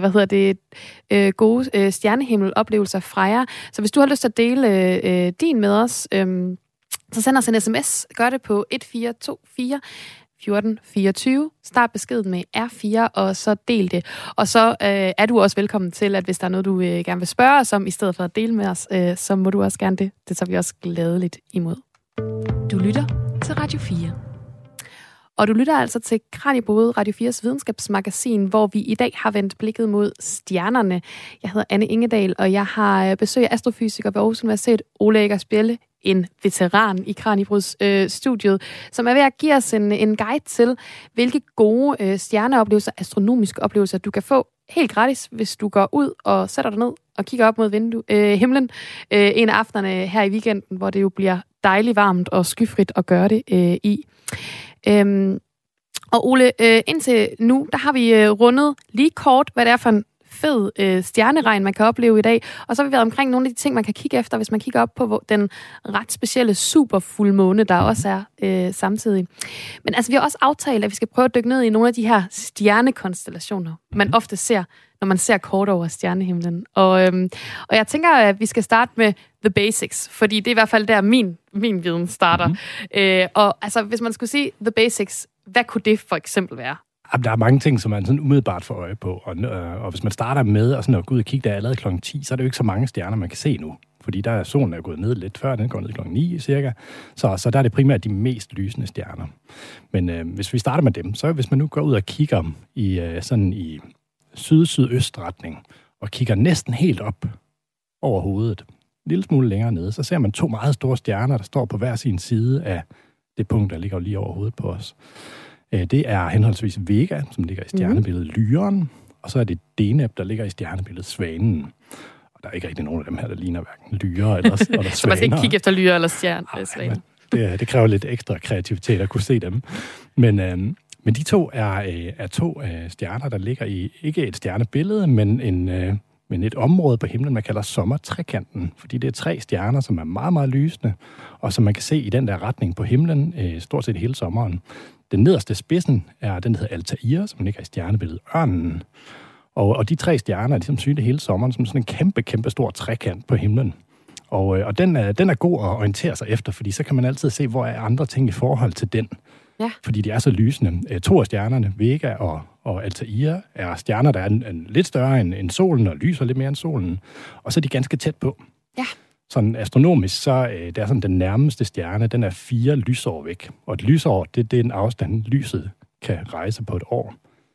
gode stjernehimmeloplevelser fra jer. Så hvis du har lyst til at dele din med os, så send os en sms. Gør det på 1424 1424. Start beskeden med R4, og så del det. Og så er du også velkommen til, at hvis der er noget, du gerne vil spørge os om, i stedet for at dele med os, så må du også gerne det. Det tager vi også gladeligt imod. Du lytter til Radio 4. Og du lytter altså til Kraniebrud, Radio 4's videnskabsmagasin, hvor vi i dag har vendt blikket mod stjernerne. Jeg hedder Anne Ingedal, og jeg har besøg af astrofysiker ved Aarhus Universitet, Ole Eggersbjelle, en veteran i Kraniebruds studiet, som er ved at give os en guide til, hvilke gode stjerneoplevelser, astronomiske oplevelser, du kan få helt gratis, hvis du går ud og sætter dig ned og kigger op mod himlen en af aftenerne her i weekenden, hvor det jo bliver dejligt varmt og skyfrit at gøre det i. Og Ole, indtil nu, der har vi rundet lige kort, hvad det er for en fed stjerneregn, man kan opleve i dag. Og så har vi været omkring nogle af de ting, man kan kigge efter, hvis man kigger op på den ret specielle superfuldmåne, der også er samtidig. Men altså, vi har også aftalt, at vi skal prøve at dykke ned i nogle af de her stjernekonstellationer, man ofte ser, når man ser kort over stjernehimlen. Og jeg tænker, at vi skal starte med the basics, fordi det er i hvert fald der, min viden starter. Og altså, hvis man skulle sige the basics, hvad kunne det for eksempel være? Der er mange ting, som man sådan umiddelbart får øje på, og hvis man starter med at gå ud og kigge der allerede kl. 10, så er det jo ikke så mange stjerner, man kan se nu, fordi der er solen er gået ned lidt før, den går ned kl. 9 cirka, så der er det primært de mest lysende stjerner. Men hvis vi starter med dem, så hvis man nu går ud og kigger i syd-sydøst retning, og kigger næsten helt op over hovedet, en lille smule længere nede, så ser man 2 meget store stjerner, der står på hver sin side af det punkt, der ligger lige over hovedet på os. Det er henholdsvis Vega, som ligger i stjernebilledet Lyren, og så er det Deneb, der ligger i stjernebilledet Svanen. Og der er ikke rigtig nogen af dem her, der ligner hverken lyre eller svaner. Så man skal ikke kigge efter lyre eller svaner? Det kræver lidt ekstra kreativitet at kunne se dem. Men de to er 2 stjerner, der ligger i ikke et stjernebillede, men et område på himlen, man kalder sommertrekanten, fordi det er 3 stjerner, som er meget, meget lysende, og som man kan se i den der retning på himlen stort set hele sommeren. Den nederste spidsen er den, der hedder Altair, som ligger i stjernebilledet Ørnen. Og de 3 stjerner er ligesom synlige hele sommeren som sådan en kæmpe, kæmpe stor trekant på himlen. Og den er god at orientere sig efter, fordi så kan man altid se, hvor er andre ting i forhold til den. Ja. Fordi de er så lysende. 2 af stjernerne, Vega og Altair, er stjerner, der er lidt større end solen og lyser lidt mere end solen. Og så er de ganske tæt på. Ja. Sådan astronomisk, så det er sådan den nærmeste stjerne, den er 4 lysår væk. Og et lysår, det er den afstand, lyset kan rejse på et år.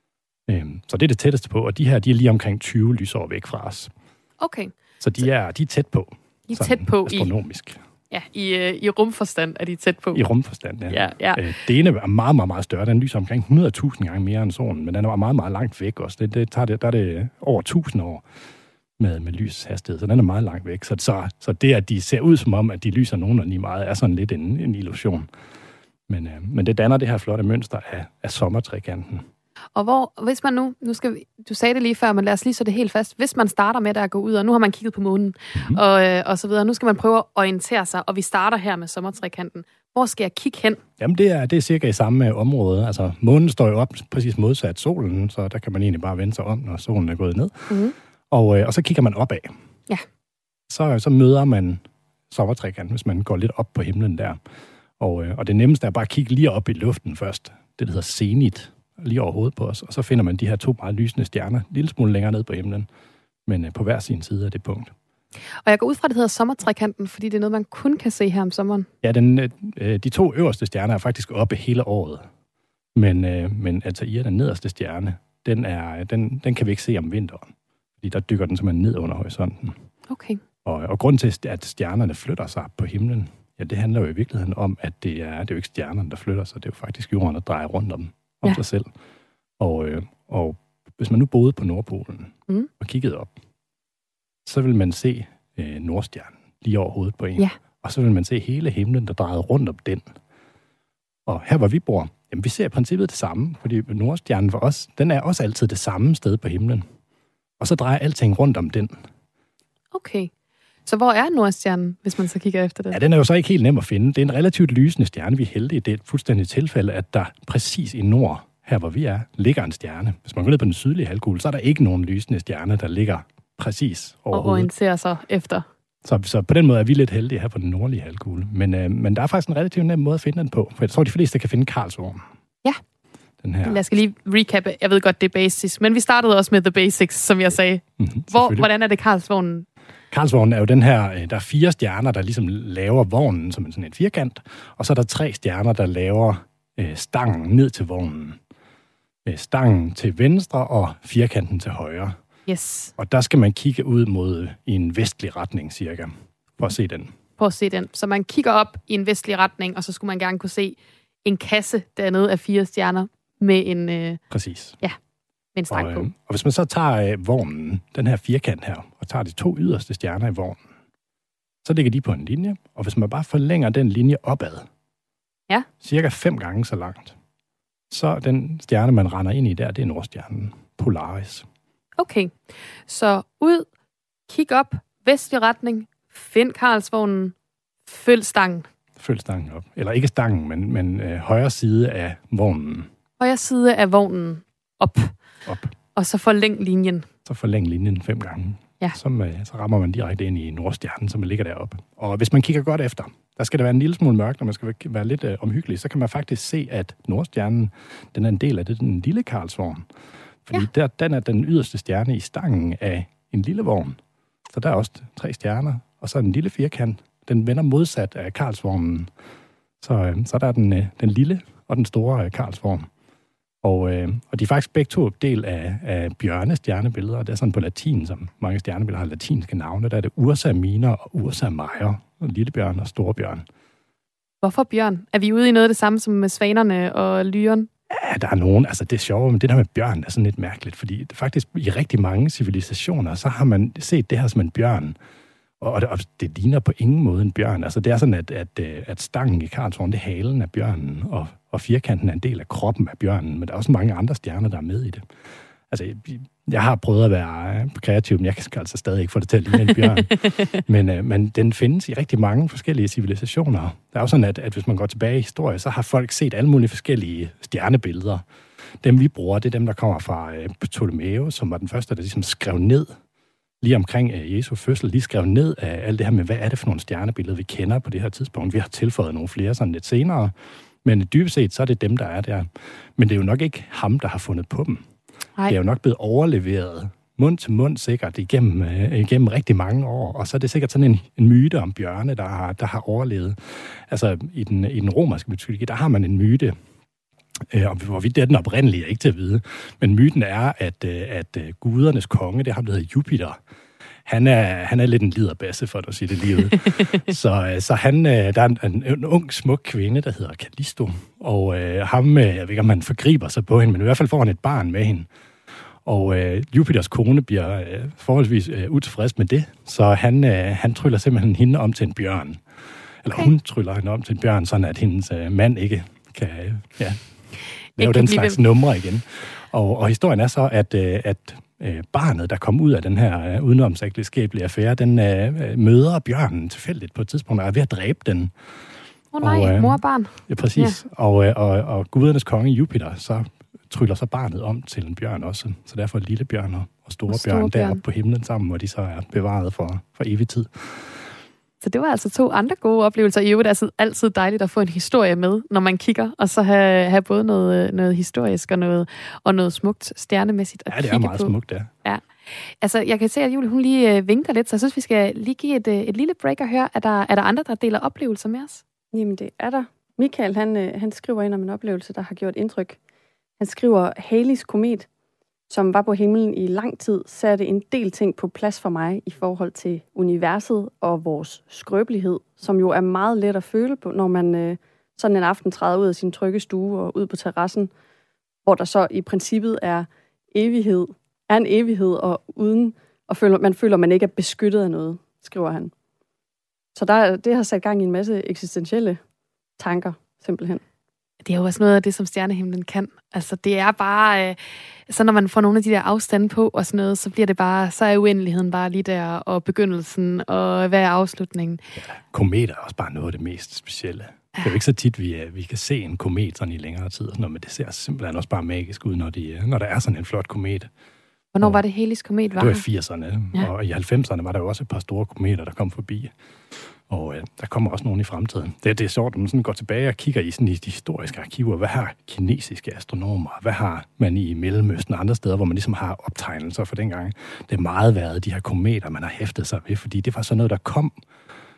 Så det er det tætteste på, og de her, de er lige omkring 20 lysår væk fra os. Okay. Så de er tæt på. De er tæt på astronomisk. I rumforstand er de tæt på. I rumforstand, ja. Ja. Deneb er meget, meget, meget større. Den lyser omkring 100.000 gange mere end solen, men den er meget, meget langt væk også. Der er det over 1000 år med lyshastighed, så den er meget langt væk. Så det, at de ser ud som om, at de lyser nogenlunde lige meget, er sådan lidt en illusion. Men det danner det her flotte mønster af sommertrekanten. Og hvis man nu skal du sagde det lige før, men lad os lige så det helt fast. Hvis man starter med at gå ud, og nu har man kigget på månen, og så videre, nu skal man prøve at orientere sig, og vi starter her med sommertrekanten. Hvor skal jeg kigge hen? Jamen, det er cirka i samme område. Altså, månen står jo op præcis modsat solen, så der kan man egentlig bare vende sig om, når solen er gået ned. Mm-hmm. Og så kigger man opad. Ja. Så møder man sommertrekanten, hvis man går lidt op på himlen der. Og det nemmeste er bare at kigge lige op i luften først. Det hedder zenit, lige over hovedet på os. Og så finder man de her 2 meget lysende stjerner, en lille smule længere ned på himlen, men på hver sin side af det punkt. Og jeg går ud fra, at det hedder sommertrekanten, fordi det er noget, man kun kan se her om sommeren. Ja, de 2 øverste stjerner er faktisk oppe hele året. Men Altair, den nederste stjerne, den kan vi ikke se om vinteren. Fordi der dykker den simpelthen ned under horisonten. Okay. Og grunden til, at stjernerne flytter sig på himlen, ja, det handler jo i virkeligheden om, at det er jo ikke stjernerne, der flytter sig, det er jo faktisk jorden, der drejer rundt om sig selv. Og hvis man nu boede på Nordpolen og kiggede op, så vil man se Nordstjernen lige over hovedet på en. Ja. Og så vil man se hele himlen, der drejer rundt om den. Og her, hvor vi bor, jamen, vi ser i princippet det samme, fordi Nordstjernen for os, den er også altid det samme sted på himlen. Og så drejer alting rundt om den. Okay. Så hvor er Nordstjernen, hvis man så kigger efter det? Ja, den er jo så ikke helt nem at finde. Det er en relativt lysende stjerne, vi er heldige. Det er et fuldstændigt tilfælde, at der præcis i nord, her hvor vi er, ligger en stjerne. Hvis man går ned på den sydlige halvkugle, så er der ikke nogen lysende stjerne, der ligger præcis over hovedet. Og orienterer sig efter. Så på den måde er vi lidt heldige her på den nordlige halvkugle. Men der er faktisk en relativt nem måde at finde den på. For jeg tror, de fleste kan finde Karlsvogn. Ja. Den her. Lad os lige recappe. Jeg ved godt, det er basis. Men vi startede også med the basics, som jeg sagde. Hvordan er det Karlsvognen? Karlsvognen er jo den her, der er 4 stjerner, der ligesom laver vognen som sådan en firkant, og så er der 3 stjerner, der laver stangen ned til vognen. Stangen til venstre og firkanten til højre. Yes. Og der skal man kigge ud mod i en vestlig retning, cirka, for at se den. Så man kigger op i en vestlig retning, og så skulle man gerne kunne se en kasse dernede af 4 stjerner med en... Præcis. Ja, med en stang på. Og hvis man så tager vognen, den her firkant her, og tager de 2 yderste stjerner i vognen, så ligger de på en linje, og hvis man bare forlænger den linje opad, cirka 5 gange så langt, så den stjerne, man render ind i der, det er Nordstjernen, Polaris. Okay, så ud, kig op, vestlig retning, find Karlsvognen, følg stangen. Følg stangen op. Eller ikke stangen, men højre side af vognen. Højre side af vognen op. Og så forlæng linjen. Så forlæng linjen 5 gange. Ja. Så rammer man direkte ind i Nordstjernen, som ligger deroppe. Og hvis man kigger godt efter, der skal der være en lille smule mørkt, når man skal være lidt omhyggelig, så kan man faktisk se, at Nordstjernen, den er en del af den lille Karlsvogn. Fordi den er den yderste stjerne i stangen af en lille vogn. Så der er også 3 stjerner, og så en lille firkant. Den vender modsat af Karlsvognen. Så der er den lille og den store Karlsvogn. Og de er faktisk begge to del af bjørnestjernebilleder. Det er sådan på latin, som mange stjernebilleder har latinske navne. Der er det Ursa Minor og Ursa Major, og lillebjørn og storebjørn. Hvorfor bjørn? Er vi ude i noget af det samme som med svanerne og lyren? Ja, der er nogen. Altså, det er sjovt, men det der med bjørn er sådan lidt mærkeligt, fordi det faktisk i rigtig mange civilisationer, så har man set det her som en bjørn. Og det ligner på ingen måde en bjørn. Altså, det er sådan, at stangen i Karlsvognen, det er halen af bjørnen, og firkanten er en del af kroppen af bjørnen, men der er også mange andre stjerner, der er med i det. Altså, jeg har prøvet at være kreativ, men jeg kan altså stadig ikke få det til at ligne en bjørn. Men den findes i rigtig mange forskellige civilisationer. Det er jo sådan, at hvis man går tilbage i historie, så har folk set alle mulige forskellige stjernebilleder. Dem vi bruger, det er dem, der kommer fra Ptolemæus, som var den første, der ligesom skrev ned lige omkring Jesu fødsel, lige skrev ned af alt det her med, hvad er det for nogle stjernebilleder, vi kender på det her tidspunkt. Vi har tilføjet nogle flere sådan lidt senere, men dybest set, så er det dem, der er der. Men det er jo nok ikke ham, der har fundet på dem. Nej. Det er jo nok blevet overleveret mund til mund sikkert igennem rigtig mange år, og så er det sikkert sådan en myte om bjørne, der har overlevet. Altså i den romerske mytologi, der har man en myte, og hvorvidt det er den oprindelige, er ikke til at vide. Men myten er, at gudernes konge, det er ham, der hedder Jupiter, han er lidt en liderbasse, for at sige det lige ud. så der er en ung, smuk kvinde, der hedder Callisto, og ham, jeg ved ikke, om han forgriber sig på hende, men i hvert fald får han et barn med hende. Og Jupiters kone bliver forholdsvis utilfreds med det, så han tryller simpelthen hende om til en bjørn. Eller hun tryller hende om til en bjørn, sådan at hendes mand ikke kan lave den slags numre igen. Og historien er så, at barnet, der kom ud af den her udenomsægteskabelige affære, den møder bjørnen tilfældigt på et tidspunkt, og er ved at dræbe den. Mor og barn. Ja, præcis. Ja. Og gudernes konge Jupiter, så tryller så barnet om til en bjørn også. Så derfor lille bjørn og store bjørn deroppe på himlen sammen, hvor de så er bevaret for evig tid. Så det var altså 2 andre gode oplevelser. I øvrigt er det altid dejligt at få en historie med, når man kigger, og så have både noget historisk og noget smukt stjernemæssigt at kigge på. Ja, det er meget smukt, ja. Altså, jeg kan se, at Julie, hun lige vinker lidt, så jeg synes, vi skal lige give et lille break og høre. Er der andre, der deler oplevelser med os? Jamen, det er der. Michael, han skriver ind om en oplevelse, der har gjort indtryk. Han skriver, Halley's komet, som var på himlen i lang tid, satte en del ting på plads for mig i forhold til universet og vores skrøbelighed, som jo er meget let at føle på, når man sådan en aften træder ud af sin trygge stue og ud på terrassen, hvor der så i princippet er en evighed, og uden at man føler, man ikke er beskyttet af noget, skriver han. Så det har sat gang i en masse eksistentielle tanker, simpelthen. Det er jo også noget af det, som stjernehimlen kan. Altså, det er bare... så når man får nogle af de der afstande på og sådan noget, så bliver det bare... Så er uendeligheden bare lige der, og begyndelsen, og hvad er afslutningen? Ja, kometer er også bare noget af det mest specielle. Det er jo ikke så tit, vi kan se en komet sådan i længere tid, men det ser simpelthen også bare magisk ud, når der er sådan en flot komet. Hvornår var det Halley's komet? Det var i 80'erne, og i 90'erne var der jo også et par store kometer, der kom forbi. Og der kommer også nogen i fremtiden. Det er sjovt, når man sådan går tilbage og kigger i de historiske arkiver. Hvad har kinesiske astronomer? Hvad har man i Mellemøsten og andre steder, hvor man ligesom har optegnelser for dengang? Det er meget været de her kometer, man har hæftet sig ved, fordi det var sådan noget, der kom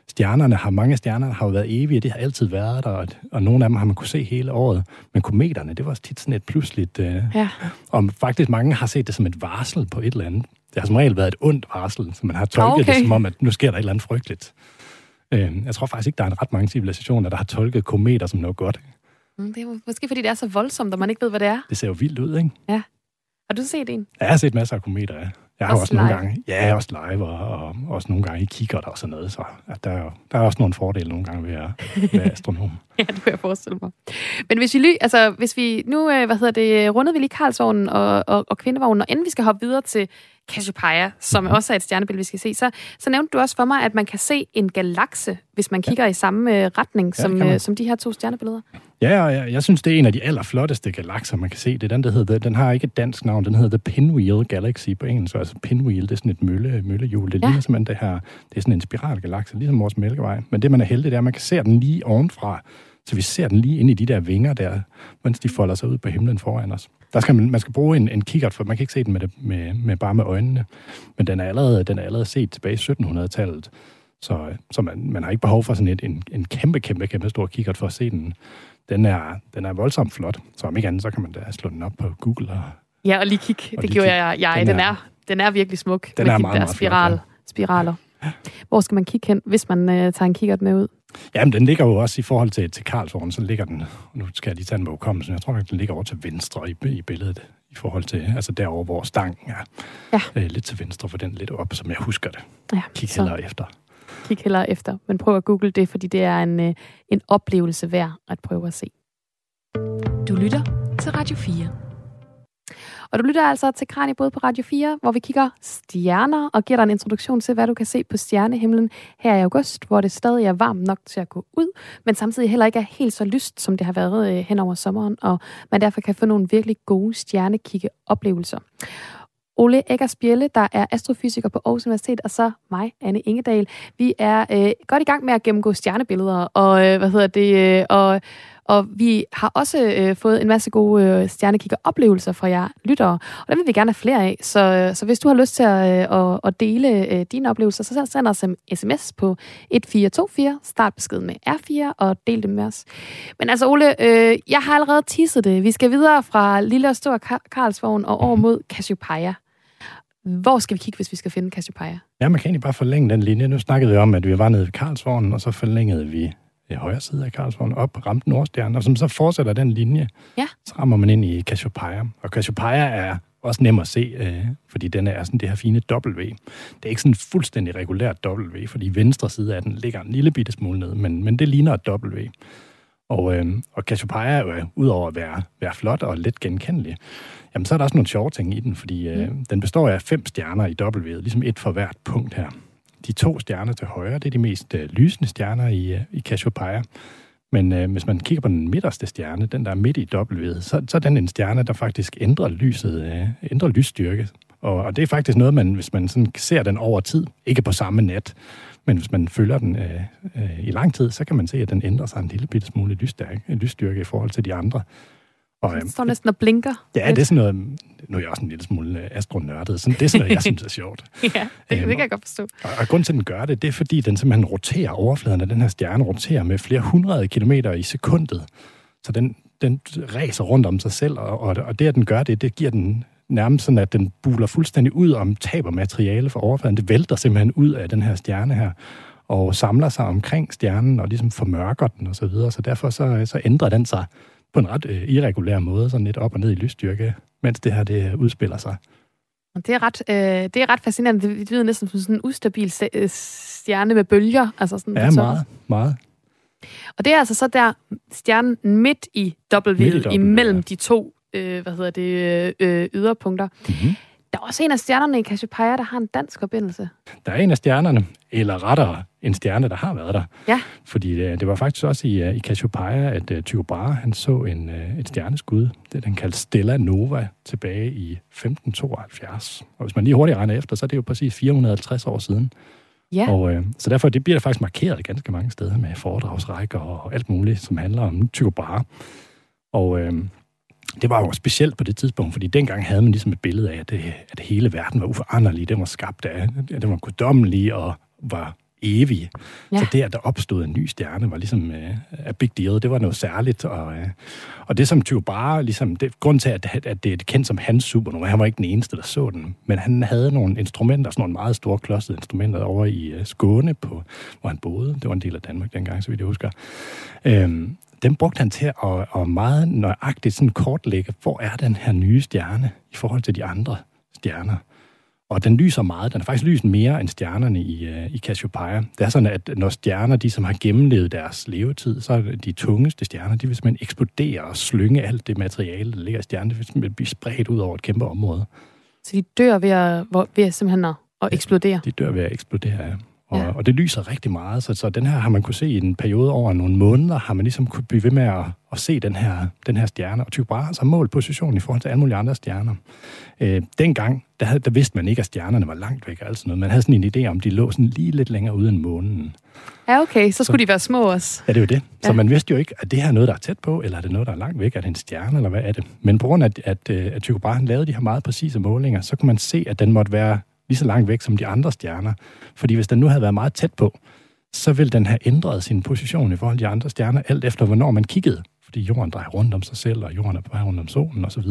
mange stjerner har jo været evige, det har altid været der, og nogle af dem har man kunne se hele året. Men kometerne, det var tit sådan et pludseligt... Og faktisk mange har set det som et varsel på et eller andet. Det har som regel været et ondt varsel, så man har tolket det som om, at nu sker der et eller andet frygteligt. Jeg tror faktisk ikke, der er ret mange civilisationer, der har tolket kometer som noget godt. Det er måske, fordi det er så voldsomt, og man ikke ved, hvad det er. Det ser jo vildt ud, ikke? Ja. Har du set en? Ja, jeg har set masser af kometer, ja. Jeg har også nogle gange... Ja, også live, og også nogle gange i kikkert og sådan noget. Så der er også nogle fordele nogle gange ved at være astronom. Ja, det kunne jeg forestille mig. Men hvis vi nu, rundede vi lige Karlsvognen og Kvindevognen, og inden vi skal hoppe videre til Cassiopeia, som også er et stjernebillede, vi skal se, så nævnte du også for mig, at man kan se en galakse, hvis man kigger i samme retning som de her 2 stjernebilleder. Ja, jeg synes, det er en af de allerflotteste galakser, man kan se. Det er den, der hedder, den har ikke et dansk navn, den hedder The Pinwheel Galaxy på engelsk. Altså Pinwheel, det er sådan et møllehjul. Det ligner simpelthen det her, det er sådan en spiralgalakse, ligesom vores Mælkevej. Men det, man er heldig, det er, at man kan se den lige ovenfra. Så vi ser den lige ind i de der vinger der, mens de folder sig ud på himlen foran os. Der skal man skal bruge en kikkert, for man kan ikke se den bare med øjnene. Men den er allerede set tilbage i 1700-tallet. Så man har ikke behov for sådan en kæmpe stor kikkert for at se den. Den er voldsomt flot. Så om ikke andet, så kan man da slå den op på Google. Og lige kigge. Det gjorde jeg. Den er virkelig smuk. Den er meget, meget flot, spiraler. Hvor skal man kigge hen, hvis man tager en kikkert med ud? Jamen, den ligger jo også i forhold til Karlsvognen, så ligger den, nu skal jeg lige tage den med hukommelsen, jeg tror nok, den ligger over til venstre i billedet, i forhold til, altså derovre, hvor stangen er lidt til venstre, for den lidt op, som jeg husker det. Ja, Kig hellere efter. Kig hellere efter, men prøv at google det, fordi det er en oplevelse værd at prøve at se. Du lytter til Radio 4. Og du lytter altså til Kraniebrud på Radio 4, hvor vi kigger stjerner og giver dig en introduktion til, hvad du kan se på stjernehimlen her i august, hvor det stadig er varmt nok til at gå ud, men samtidig heller ikke er helt så lyst, som det har været hen over sommeren, og man derfor kan få nogle virkelig gode stjernekiggeoplevelser. Ole Eggers Bjelle, der er astrofysiker på Aarhus Universitet, og så mig, Anne Ingedal. Vi er godt i gang med at gennemgå stjernebilleder, og vi har også fået en masse gode stjernekiggeroplevelser fra jer lyttere, og dem vil vi gerne have flere af. Så hvis du har lyst til at dele dine oplevelser, så send os en sms på 1424, start beskeden med R4 og del dem med os. Men altså Ole, jeg har allerede teaset det. Vi skal videre fra lille og stor Karlsvogn og over mod Cassiopeia. Hvor skal vi kigge, hvis vi skal finde Cassiopeia? Ja, man kan egentlig bare forlænge den linje. Nu snakkede vi om, at vi var nede ved Karlsvognen, og så forlængede vi højre side af Karlsvognen op, ramte Nordstjernen, og som så fortsætter den linje, så rammer man ind i Cassiopeia. Og Cassiopeia er også nem at se, fordi den er sådan det her fine W. Det er ikke sådan fuldstændig regulært W, fordi venstre side af den ligger en lille bitte smule ned, men det ligner et W. Og Cassiopeia er jo, udover at være flot og let genkendelig, jamen så er der også nogle sjove ting i den, fordi den består af 5 stjerner i W'et, ligesom et for hvert punkt her. De 2 stjerner til højre, det er de mest lysende stjerner i Cassiopeia. Men hvis man kigger på den midterste stjerne, den der er midt i W'et, så er den en stjerne, der faktisk ændrer lysstyrke. Og det er faktisk noget, hvis man sådan ser den over tid, ikke på samme nat, men hvis man følger den i lang tid, så kan man se, at den ændrer sig en lille bitte smule lysstyrke i forhold til de andre. Og, det står næsten og blinker. Ja, det er sådan noget... Nu er jeg også en lille smule astronørdet, så det er sådan noget, jeg synes er sjovt. Ja, det kan jeg godt forstå. Og grunden til, at den gør det, det er, fordi den simpelthen roterer overfladen af den her stjerne, roterer med flere 100 kilometer i sekundet. Så den ræser rundt om sig selv, og det, at den gør det giver den nærmest sådan, at den buler fuldstændig ud og taber materiale fra overfladen. Det vælter simpelthen ud af den her stjerne her, og samler sig omkring stjernen, og ligesom formørker den og så videre. Så derfor så ændrer den sig på en ret irregulær måde, sådan lidt op og ned i lysstyrke, mens det her det udspiller sig. Det er ret fascinerende. Det lyder næsten som sådan en ustabil stjerne med bølger. Altså sådan, ja, meget. Og det er altså så der stjernen midt i W'et, imellem de 2 yderpunkter. Mm-hmm. Der er også en af stjernerne i Cassiopeia, der har en dansk forbindelse. Der er en af stjernerne, eller rettere en stjerne, der har været der. Ja. Fordi det var faktisk også i Cassiopeia, at Tycho Brahe, han så et stjerneskud. Det den kaldte Stella Nova tilbage i 1572. Og hvis man lige hurtigt regner efter, så er det jo præcis 450 år siden. Ja. Og så derfor bliver det faktisk markeret ganske mange steder med foredragsrækker og alt muligt, som handler om Tycho Brahe. Og det var jo specielt på det tidspunkt, fordi dengang havde man ligesom et billede af, at hele verden var uforanderlig. Den var skabt af, den var guddommelig og var evige. Ja. Så det, at der opstod en ny stjerne, var ligesom a big deal. Det var noget særligt. Og det, som Tycho Brahe, ligesom, grund til, at det er kendt som hans supernova, han var ikke den eneste, der så den, men han havde nogle instrumenter, sådan nogle meget store klodsede instrumenter over i Skåne, hvor han boede. Det var en del af Danmark dengang, så vidt jeg husker. Dem brugte han til at meget nøjagtigt sådan kortlægge, hvor er den her nye stjerne i forhold til de andre stjerner. Og den lyser meget. Den har faktisk lyst mere end stjernerne i Cassiopeia. Det er sådan, at når stjerner, de som har gennemlevet deres levetid, så er de tungeste stjerner, de vil simpelthen eksplodere og slynge alt det materiale, der ligger i stjernen. Det vil simpelthen blive spredt ud over et kæmpe område. Så de dør ved simpelthen at eksplodere? De dør ved at eksplodere, ja. Og det lyser rigtig meget, så den her har man kunne se i en periode over nogle måneder, har man ligesom kunne blive ved med at se den her stjerne. Og Tycho Brahe har så målt positionen i forhold til alle mulige andre stjerner. Dengang, der vidste man ikke, at stjernerne var langt væk, altså noget. Man havde sådan en idé om, de lå sådan lige lidt længere ude end månen. Ja, okay, så skulle de være små også. Ja, det er jo det. Ja. Så man vidste jo ikke, at det her er noget, der er tæt på, eller er det noget, der er langt væk? Er det en stjerne, eller hvad er det? Men på grund af, at Tycho Brahe lavede de her meget præcise målinger, så kunne man se, at den måtte være lige så langt væk som de andre stjerner. Fordi hvis den nu havde været meget tæt på, så ville den have ændret sin position i forhold til de andre stjerner, alt efter hvornår man kiggede. Fordi jorden drejer rundt om sig selv, og jorden er på vej rundt om solen osv.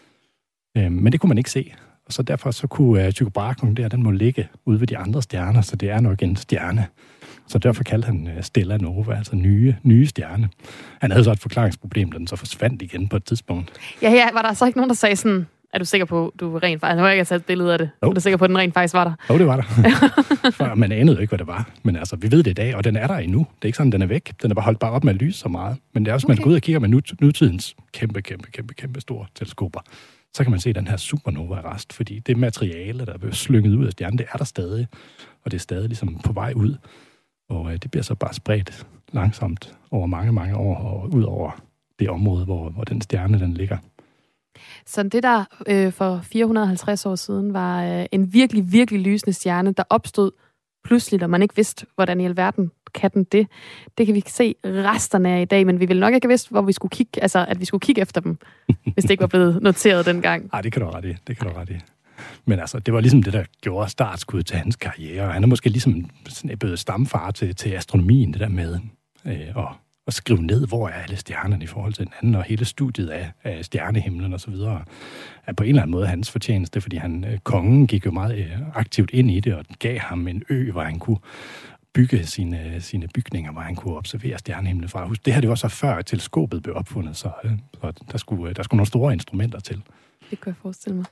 Men det kunne man ikke se. Og så derfor så kunne Tycho Brahe konkludere, at den må ligge ude ved de andre stjerner, så det er nok en stjerne. Så derfor kaldte han Stella Nova, altså nye stjerne. Han havde så et forklaringsproblem, da den så forsvandt igen på et tidspunkt. Ja, var der så ikke nogen, der sagde sådan, er du sikker på, du rent faktisk... Nu har jeg ikke sat et billede af det. Er du sikker på, at den rent faktisk var der? Jo, det var der. For man anede jo ikke, hvad det var. Men altså, vi ved det i dag, og den er der endnu. Det er ikke sådan, den er væk. Den er bare holdt op med at lyse så meget. Men det er også, man går ud og kigger med nutidens kæmpe store teleskoper. Så kan man se den her supernova-rest, fordi det materiale, der er blevet slynget ud af stjernen, det er der stadig. Og det er stadig ligesom på vej ud. Og det bliver så bare spredt langsomt over mange år, og ud over det område, hvor den stjerne, den ligger. Så det der for 450 år siden var en virkelig lysende stjerne, der opstod pludselig, og man ikke vidste, hvordan i alverden kan den det. Det kan vi se resterne af i dag, men vi ville nok ikke have vidst, hvor vi skulle kigge, altså at vi skulle kigge efter dem, hvis det ikke var blevet noteret dengang. Nej, det kan du ret i. Men altså, det var ligesom det, der gjorde startskud til hans karriere. Han er måske ligesom blevet stamfar til astronomien, det der med at skrive ned, hvor er alle stjernerne i forhold til hinanden, og hele studiet af stjernehimlen og så videre, er på en eller anden måde hans fortjeneste, fordi kongen gik jo meget aktivt ind i det, og gav ham en ø, hvor han kunne bygge sine bygninger, hvor han kunne observere stjernehimlen fra. Det her, det var så før teleskopet blev opfundet, så der skulle nogle store instrumenter til. Det kan jeg forestille mig.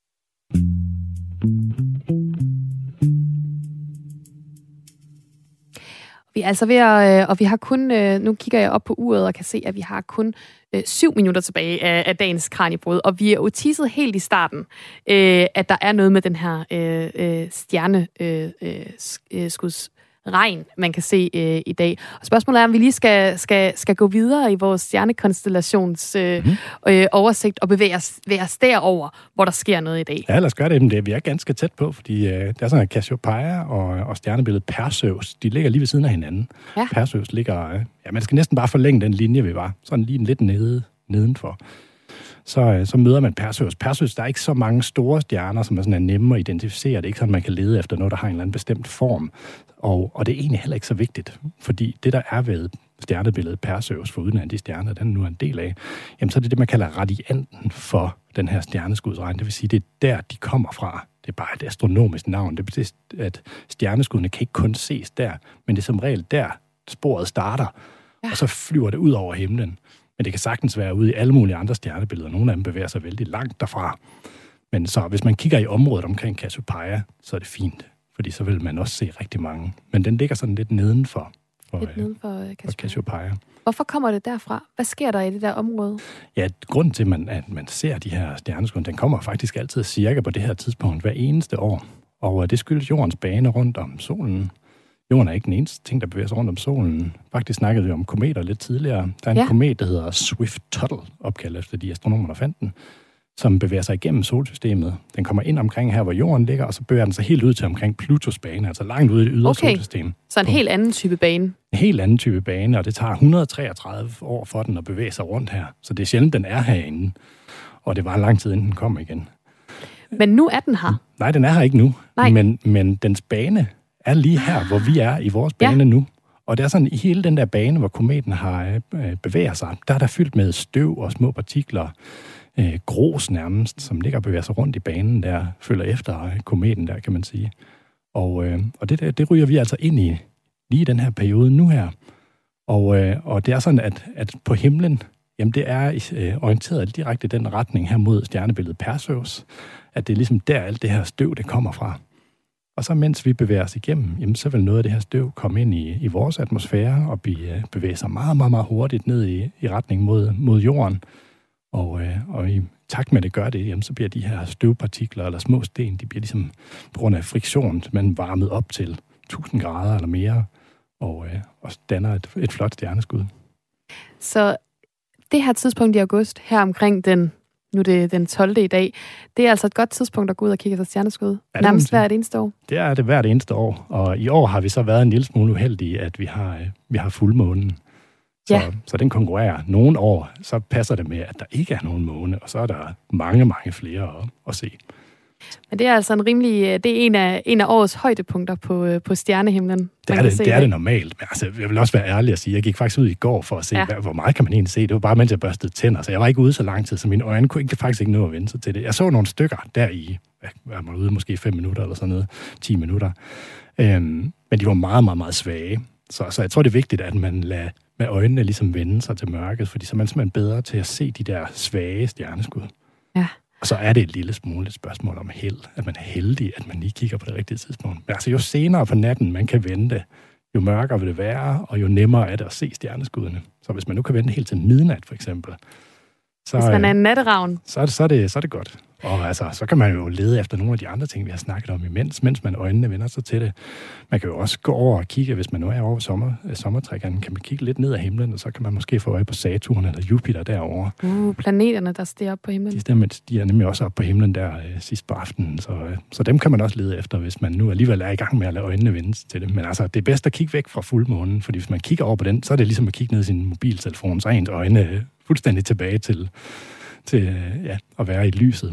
Vi er altså ved at, og vi har kun, nu kigger jeg op på uret og kan se, at vi har kun 7 minutter tilbage af dagens Kraniebrud, og vi er jo teaset helt i starten, at der er noget med den her stjerneskudsregn, man kan se i dag. Og spørgsmålet er, om vi lige skal gå videre i vores stjernekonstellations oversigt og bevæge os derover, hvor der sker noget i dag. Ja, lad os gøre det. Men vi er ganske tæt på, fordi der er sådan, at Cassiopeia og stjernebilledet Perseus, de ligger lige ved siden af hinanden. Ja. Perseus ligger... man skal næsten bare forlænge den linje, vi var. Sådan lige lidt nedenfor. Så møder man Perseus. Perseus, der er ikke så mange store stjerner, som er sådan nemme at identificere. Det er ikke sådan, man kan lede efter noget, der har en eller anden bestemt form. Og det er egentlig heller ikke så vigtigt, fordi det, der er ved stjernebilledet Perseus, foruden af de stjerner, den nu er en del af, jamen så er det, man kalder radianten for den her stjerneskudsregn. Det vil sige, det er der, de kommer fra. Det er bare et astronomisk navn. Det betyder, at stjerneskuddene kan ikke kun ses der, men det er som regel der, sporet starter, og så flyver det ud over himlen. Men det kan sagtens være ude i alle mulige andre stjernebilleder. Nogle af dem bevæger sig vældig langt derfra. Men så hvis man kigger i området omkring Cassiopeia, så er det fint. Fordi så vil man også se rigtig mange. Men den ligger sådan lidt nedenfor Cassiopeia. Hvorfor kommer det derfra? Hvad sker der i det der område? Ja, grunden til, at man ser de her stjerneskud, den kommer faktisk altid cirka på det her tidspunkt hver eneste år. Og det skyldes jordens bane rundt om solen. Jorden er ikke den eneste ting, der bevæger sig rundt om solen. Faktisk snakkede vi om kometer lidt tidligere. Der er en komet, der hedder Swift-Tuttle, opkaldt efter de astronomer, der fandt den, som bevæger sig igennem solsystemet. Den kommer ind omkring her, hvor jorden ligger, og så bevæger den sig helt ud til omkring Plutos bane, altså langt ude i det ydre solsystem. Så en helt anden type bane? En helt anden type bane, og det tager 133 år for den at bevæge sig rundt her. Så det er sjældent, den er herinde. Og det var lang tid, inden den kom igen. Men nu er den her? Nej, den er her ikke nu. Men dens bane er lige her, hvor vi er i vores bane nu. Og det er sådan, i hele den der bane, hvor kometen har bevæger sig, der er der fyldt med støv og små partikler, grus nærmest, som ligger og bevæger sig rundt i banen der, følger efter kometen der, kan man sige. Og det ryger vi altså ind i lige i den her periode nu her. Og det er sådan, at på himlen, jamen det er orienteret direkte i den retning her mod stjernebilledet Perseus, at det er ligesom der, alt det her støv, det kommer fra. Og så mens vi bevæger os igennem, jamen, så vil noget af det her støv komme ind i vores atmosfære og bevæge sig meget, meget, meget hurtigt ned i retning mod jorden. Og i takt med, at det gør det, jamen, så bliver de her støvpartikler eller små sten, de bliver ligesom på grund af friktion, man varmet op til 1000 grader eller mere, og danner et flot stjerneskud. Så det her tidspunkt i august, her omkring nu er det den 12. i dag, det er altså et godt tidspunkt at gå ud og kigge efter stjerneskud. Ja, nærmest hvert eneste år. Det er det hvert eneste år, og i år har vi så været en lille smule uheldige, at vi har fuldmånen. Så den konkurrerer. Nogle år, så passer det med, at der ikke er nogen måne, og så er der mange, mange flere at se. Men det er altså det er en af årets højdepunkter på stjernehimlen. Det er det normalt. Men altså, jeg vil også være ærlig at sige, jeg gik faktisk ud i går for at se, hvor meget kan man egentlig se. Det var bare, mens jeg børstede tænder, så jeg var ikke ude så lang tid, så mine øjne kunne faktisk ikke nå at vende sig til det. Jeg så nogle stykker der i, jeg var ude måske 5 minutter eller sådan noget, 10 minutter. Men de var meget, meget, meget svage. Så jeg tror, det er vigtigt, at man lader med øjnene ligesom vende sig til mørket, fordi så er man simpelthen bedre til at se de der svage stjerneskud. Ja. Og så er det et lille smule et spørgsmål om held, at man er heldig, at man lige kigger på det rigtige tidspunkt. Men altså jo senere på natten man kan vente, jo mørkere vil det være, og jo nemmere er det at se stjerneskuddene. Så hvis man nu kan vente helt til midnat for eksempel, så, hvis man er en natteravn, så er det godt. Og altså, så kan man jo lede efter nogle af de andre ting, vi har snakket om imens, mens man øjnene vender sig til det. Man kan jo også gå over og kigge, hvis man nu er over sommertrækkeren, kan man kigge lidt ned ad himlen, og så kan man måske få øje på Saturn eller Jupiter derovre. Planeterne, der stiger op på himlen. De er nemlig også op på himlen der sidst på aftenen, så dem kan man også lede efter, hvis man nu alligevel er i gang med at lade øjnene vende til det. Men altså, det er bedst at kigge væk fra fuldmånen, fordi hvis man kigger over på den, så er det ligesom at kigge ned i sin mobiltelefon, så er ens øjne fuldstændig tilbage til at være i lyset.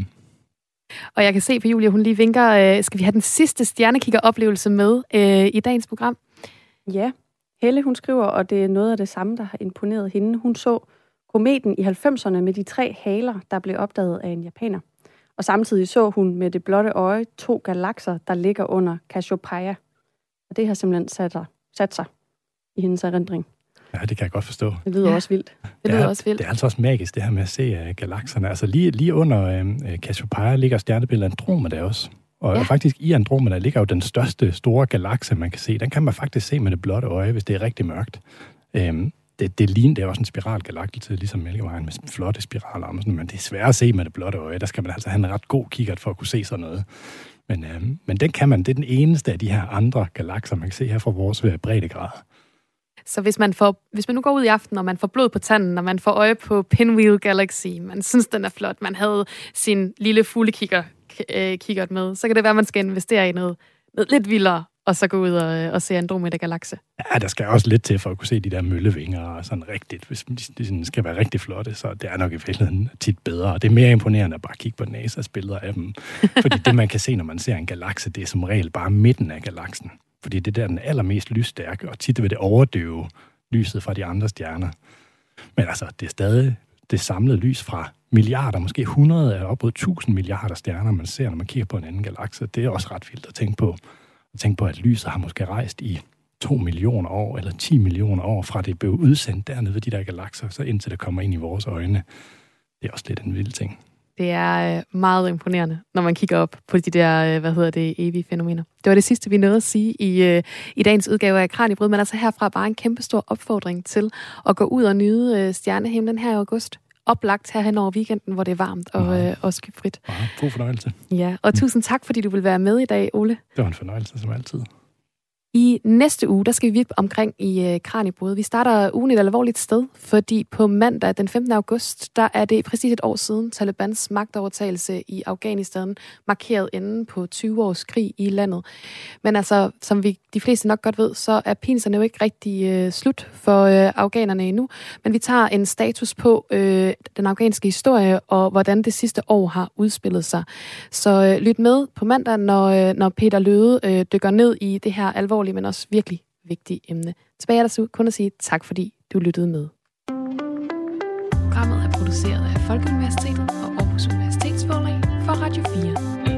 Og jeg kan se på Julie, hun lige vinker. Skal vi have den sidste stjernekiggeroplevelse med i dagens program? Ja, Helle hun skriver, og det er noget af det samme, der har imponeret hende. Hun så kometen i 90'erne med de 3 haler, der blev opdaget af en japaner. Og samtidig så hun med det blotte øje 2 galakser, der ligger under Cassiopeia. Og det har simpelthen sat sig i hendes erindring. Ja, det kan jeg godt forstå. Det lyder også vildt. Det er altså også magisk, det her med at se galakserne. Altså lige under Cassiopeia ligger stjernebilledet Andromeda også. Og faktisk i Andromeda ligger jo den største store galakse, man kan se. Den kan man faktisk se med det blotte øje, hvis det er rigtig mørkt. Det er også en spiralgalakse, ligesom Mælkevejen med flotte spiraler. Men det er svært at se med det blotte øje. Der skal man altså have en ret god kikkert for at kunne se sådan noget. Men den kan man. Det er den eneste af de her andre galakser, man kan se her fra vores breddegrad. Så hvis man nu går ud i aften, og man får blod på tanden, og man får øje på Pinwheel Galaxy, man synes, den er flot, man havde sin lille fuglekikkert med, så kan det være, at man skal investere i noget lidt vildere, og så gå ud og se Andromeda-galakse. Ja, der skal også lidt til for at kunne se de der møllevinger og sådan rigtigt, hvis de skal være rigtig flotte, så det er nok i virkeligheden tit bedre. Og det er mere imponerende at bare kigge på NASA's billeder af dem. Fordi det, man kan se, når man ser en galakse, det er som regel bare midten af galaksen. Fordi det er den allermest lysstærke, og tit vil det overdøve lyset fra de andre stjerner. Men altså, det er stadig det samlede lys fra milliarder, måske 100 eller op mod 1000 milliarder stjerner, man ser, når man kigger på en anden galakse. Det er også ret vildt at tænke på. At tænke på, at lyset har måske rejst i 2 millioner år, eller 10 millioner år, fra det blev udsendt dernede ved de der galakser, så indtil det kommer ind i vores øjne. Det er også lidt en vild ting. Det er meget imponerende, når man kigger op på de der, evige fænomener. Det var det sidste, vi nåede at sige i dagens udgave af Kraniebrud, men altså herfra bare en kæmpestor opfordring til at gå ud og nyde stjernehimlen her i august. Oplagt herhen over weekenden, hvor det er varmt og skyfrit. Ja, god fornøjelse. Ja, og tusind tak, fordi du vil være med i dag, Ole. Det var en fornøjelse, som altid. I næste uge, der skal vi vippe omkring i Kraniebrud. Vi starter ugen et alvorligt sted, fordi på mandag den 15. august, der er det præcis et år siden Talibans magtovertagelse i Afghanistan markeret enden på 20 års krig i landet. Men altså, som de fleste nok godt ved, så er pinserne jo ikke rigtig slut for afghanerne endnu. Men vi tager en status på den afghanske historie og hvordan det sidste år har udspillet sig. Så lyt med på mandag, når Peter Løde dykker ned i det her alvorlige, men også virkelig vigtige emne. Tilbage er der så kun at sige tak, fordi du lyttede med. Programmet er produceret af Folkeuniversitetet og Aarhus Universitetsforlag for Radio 4.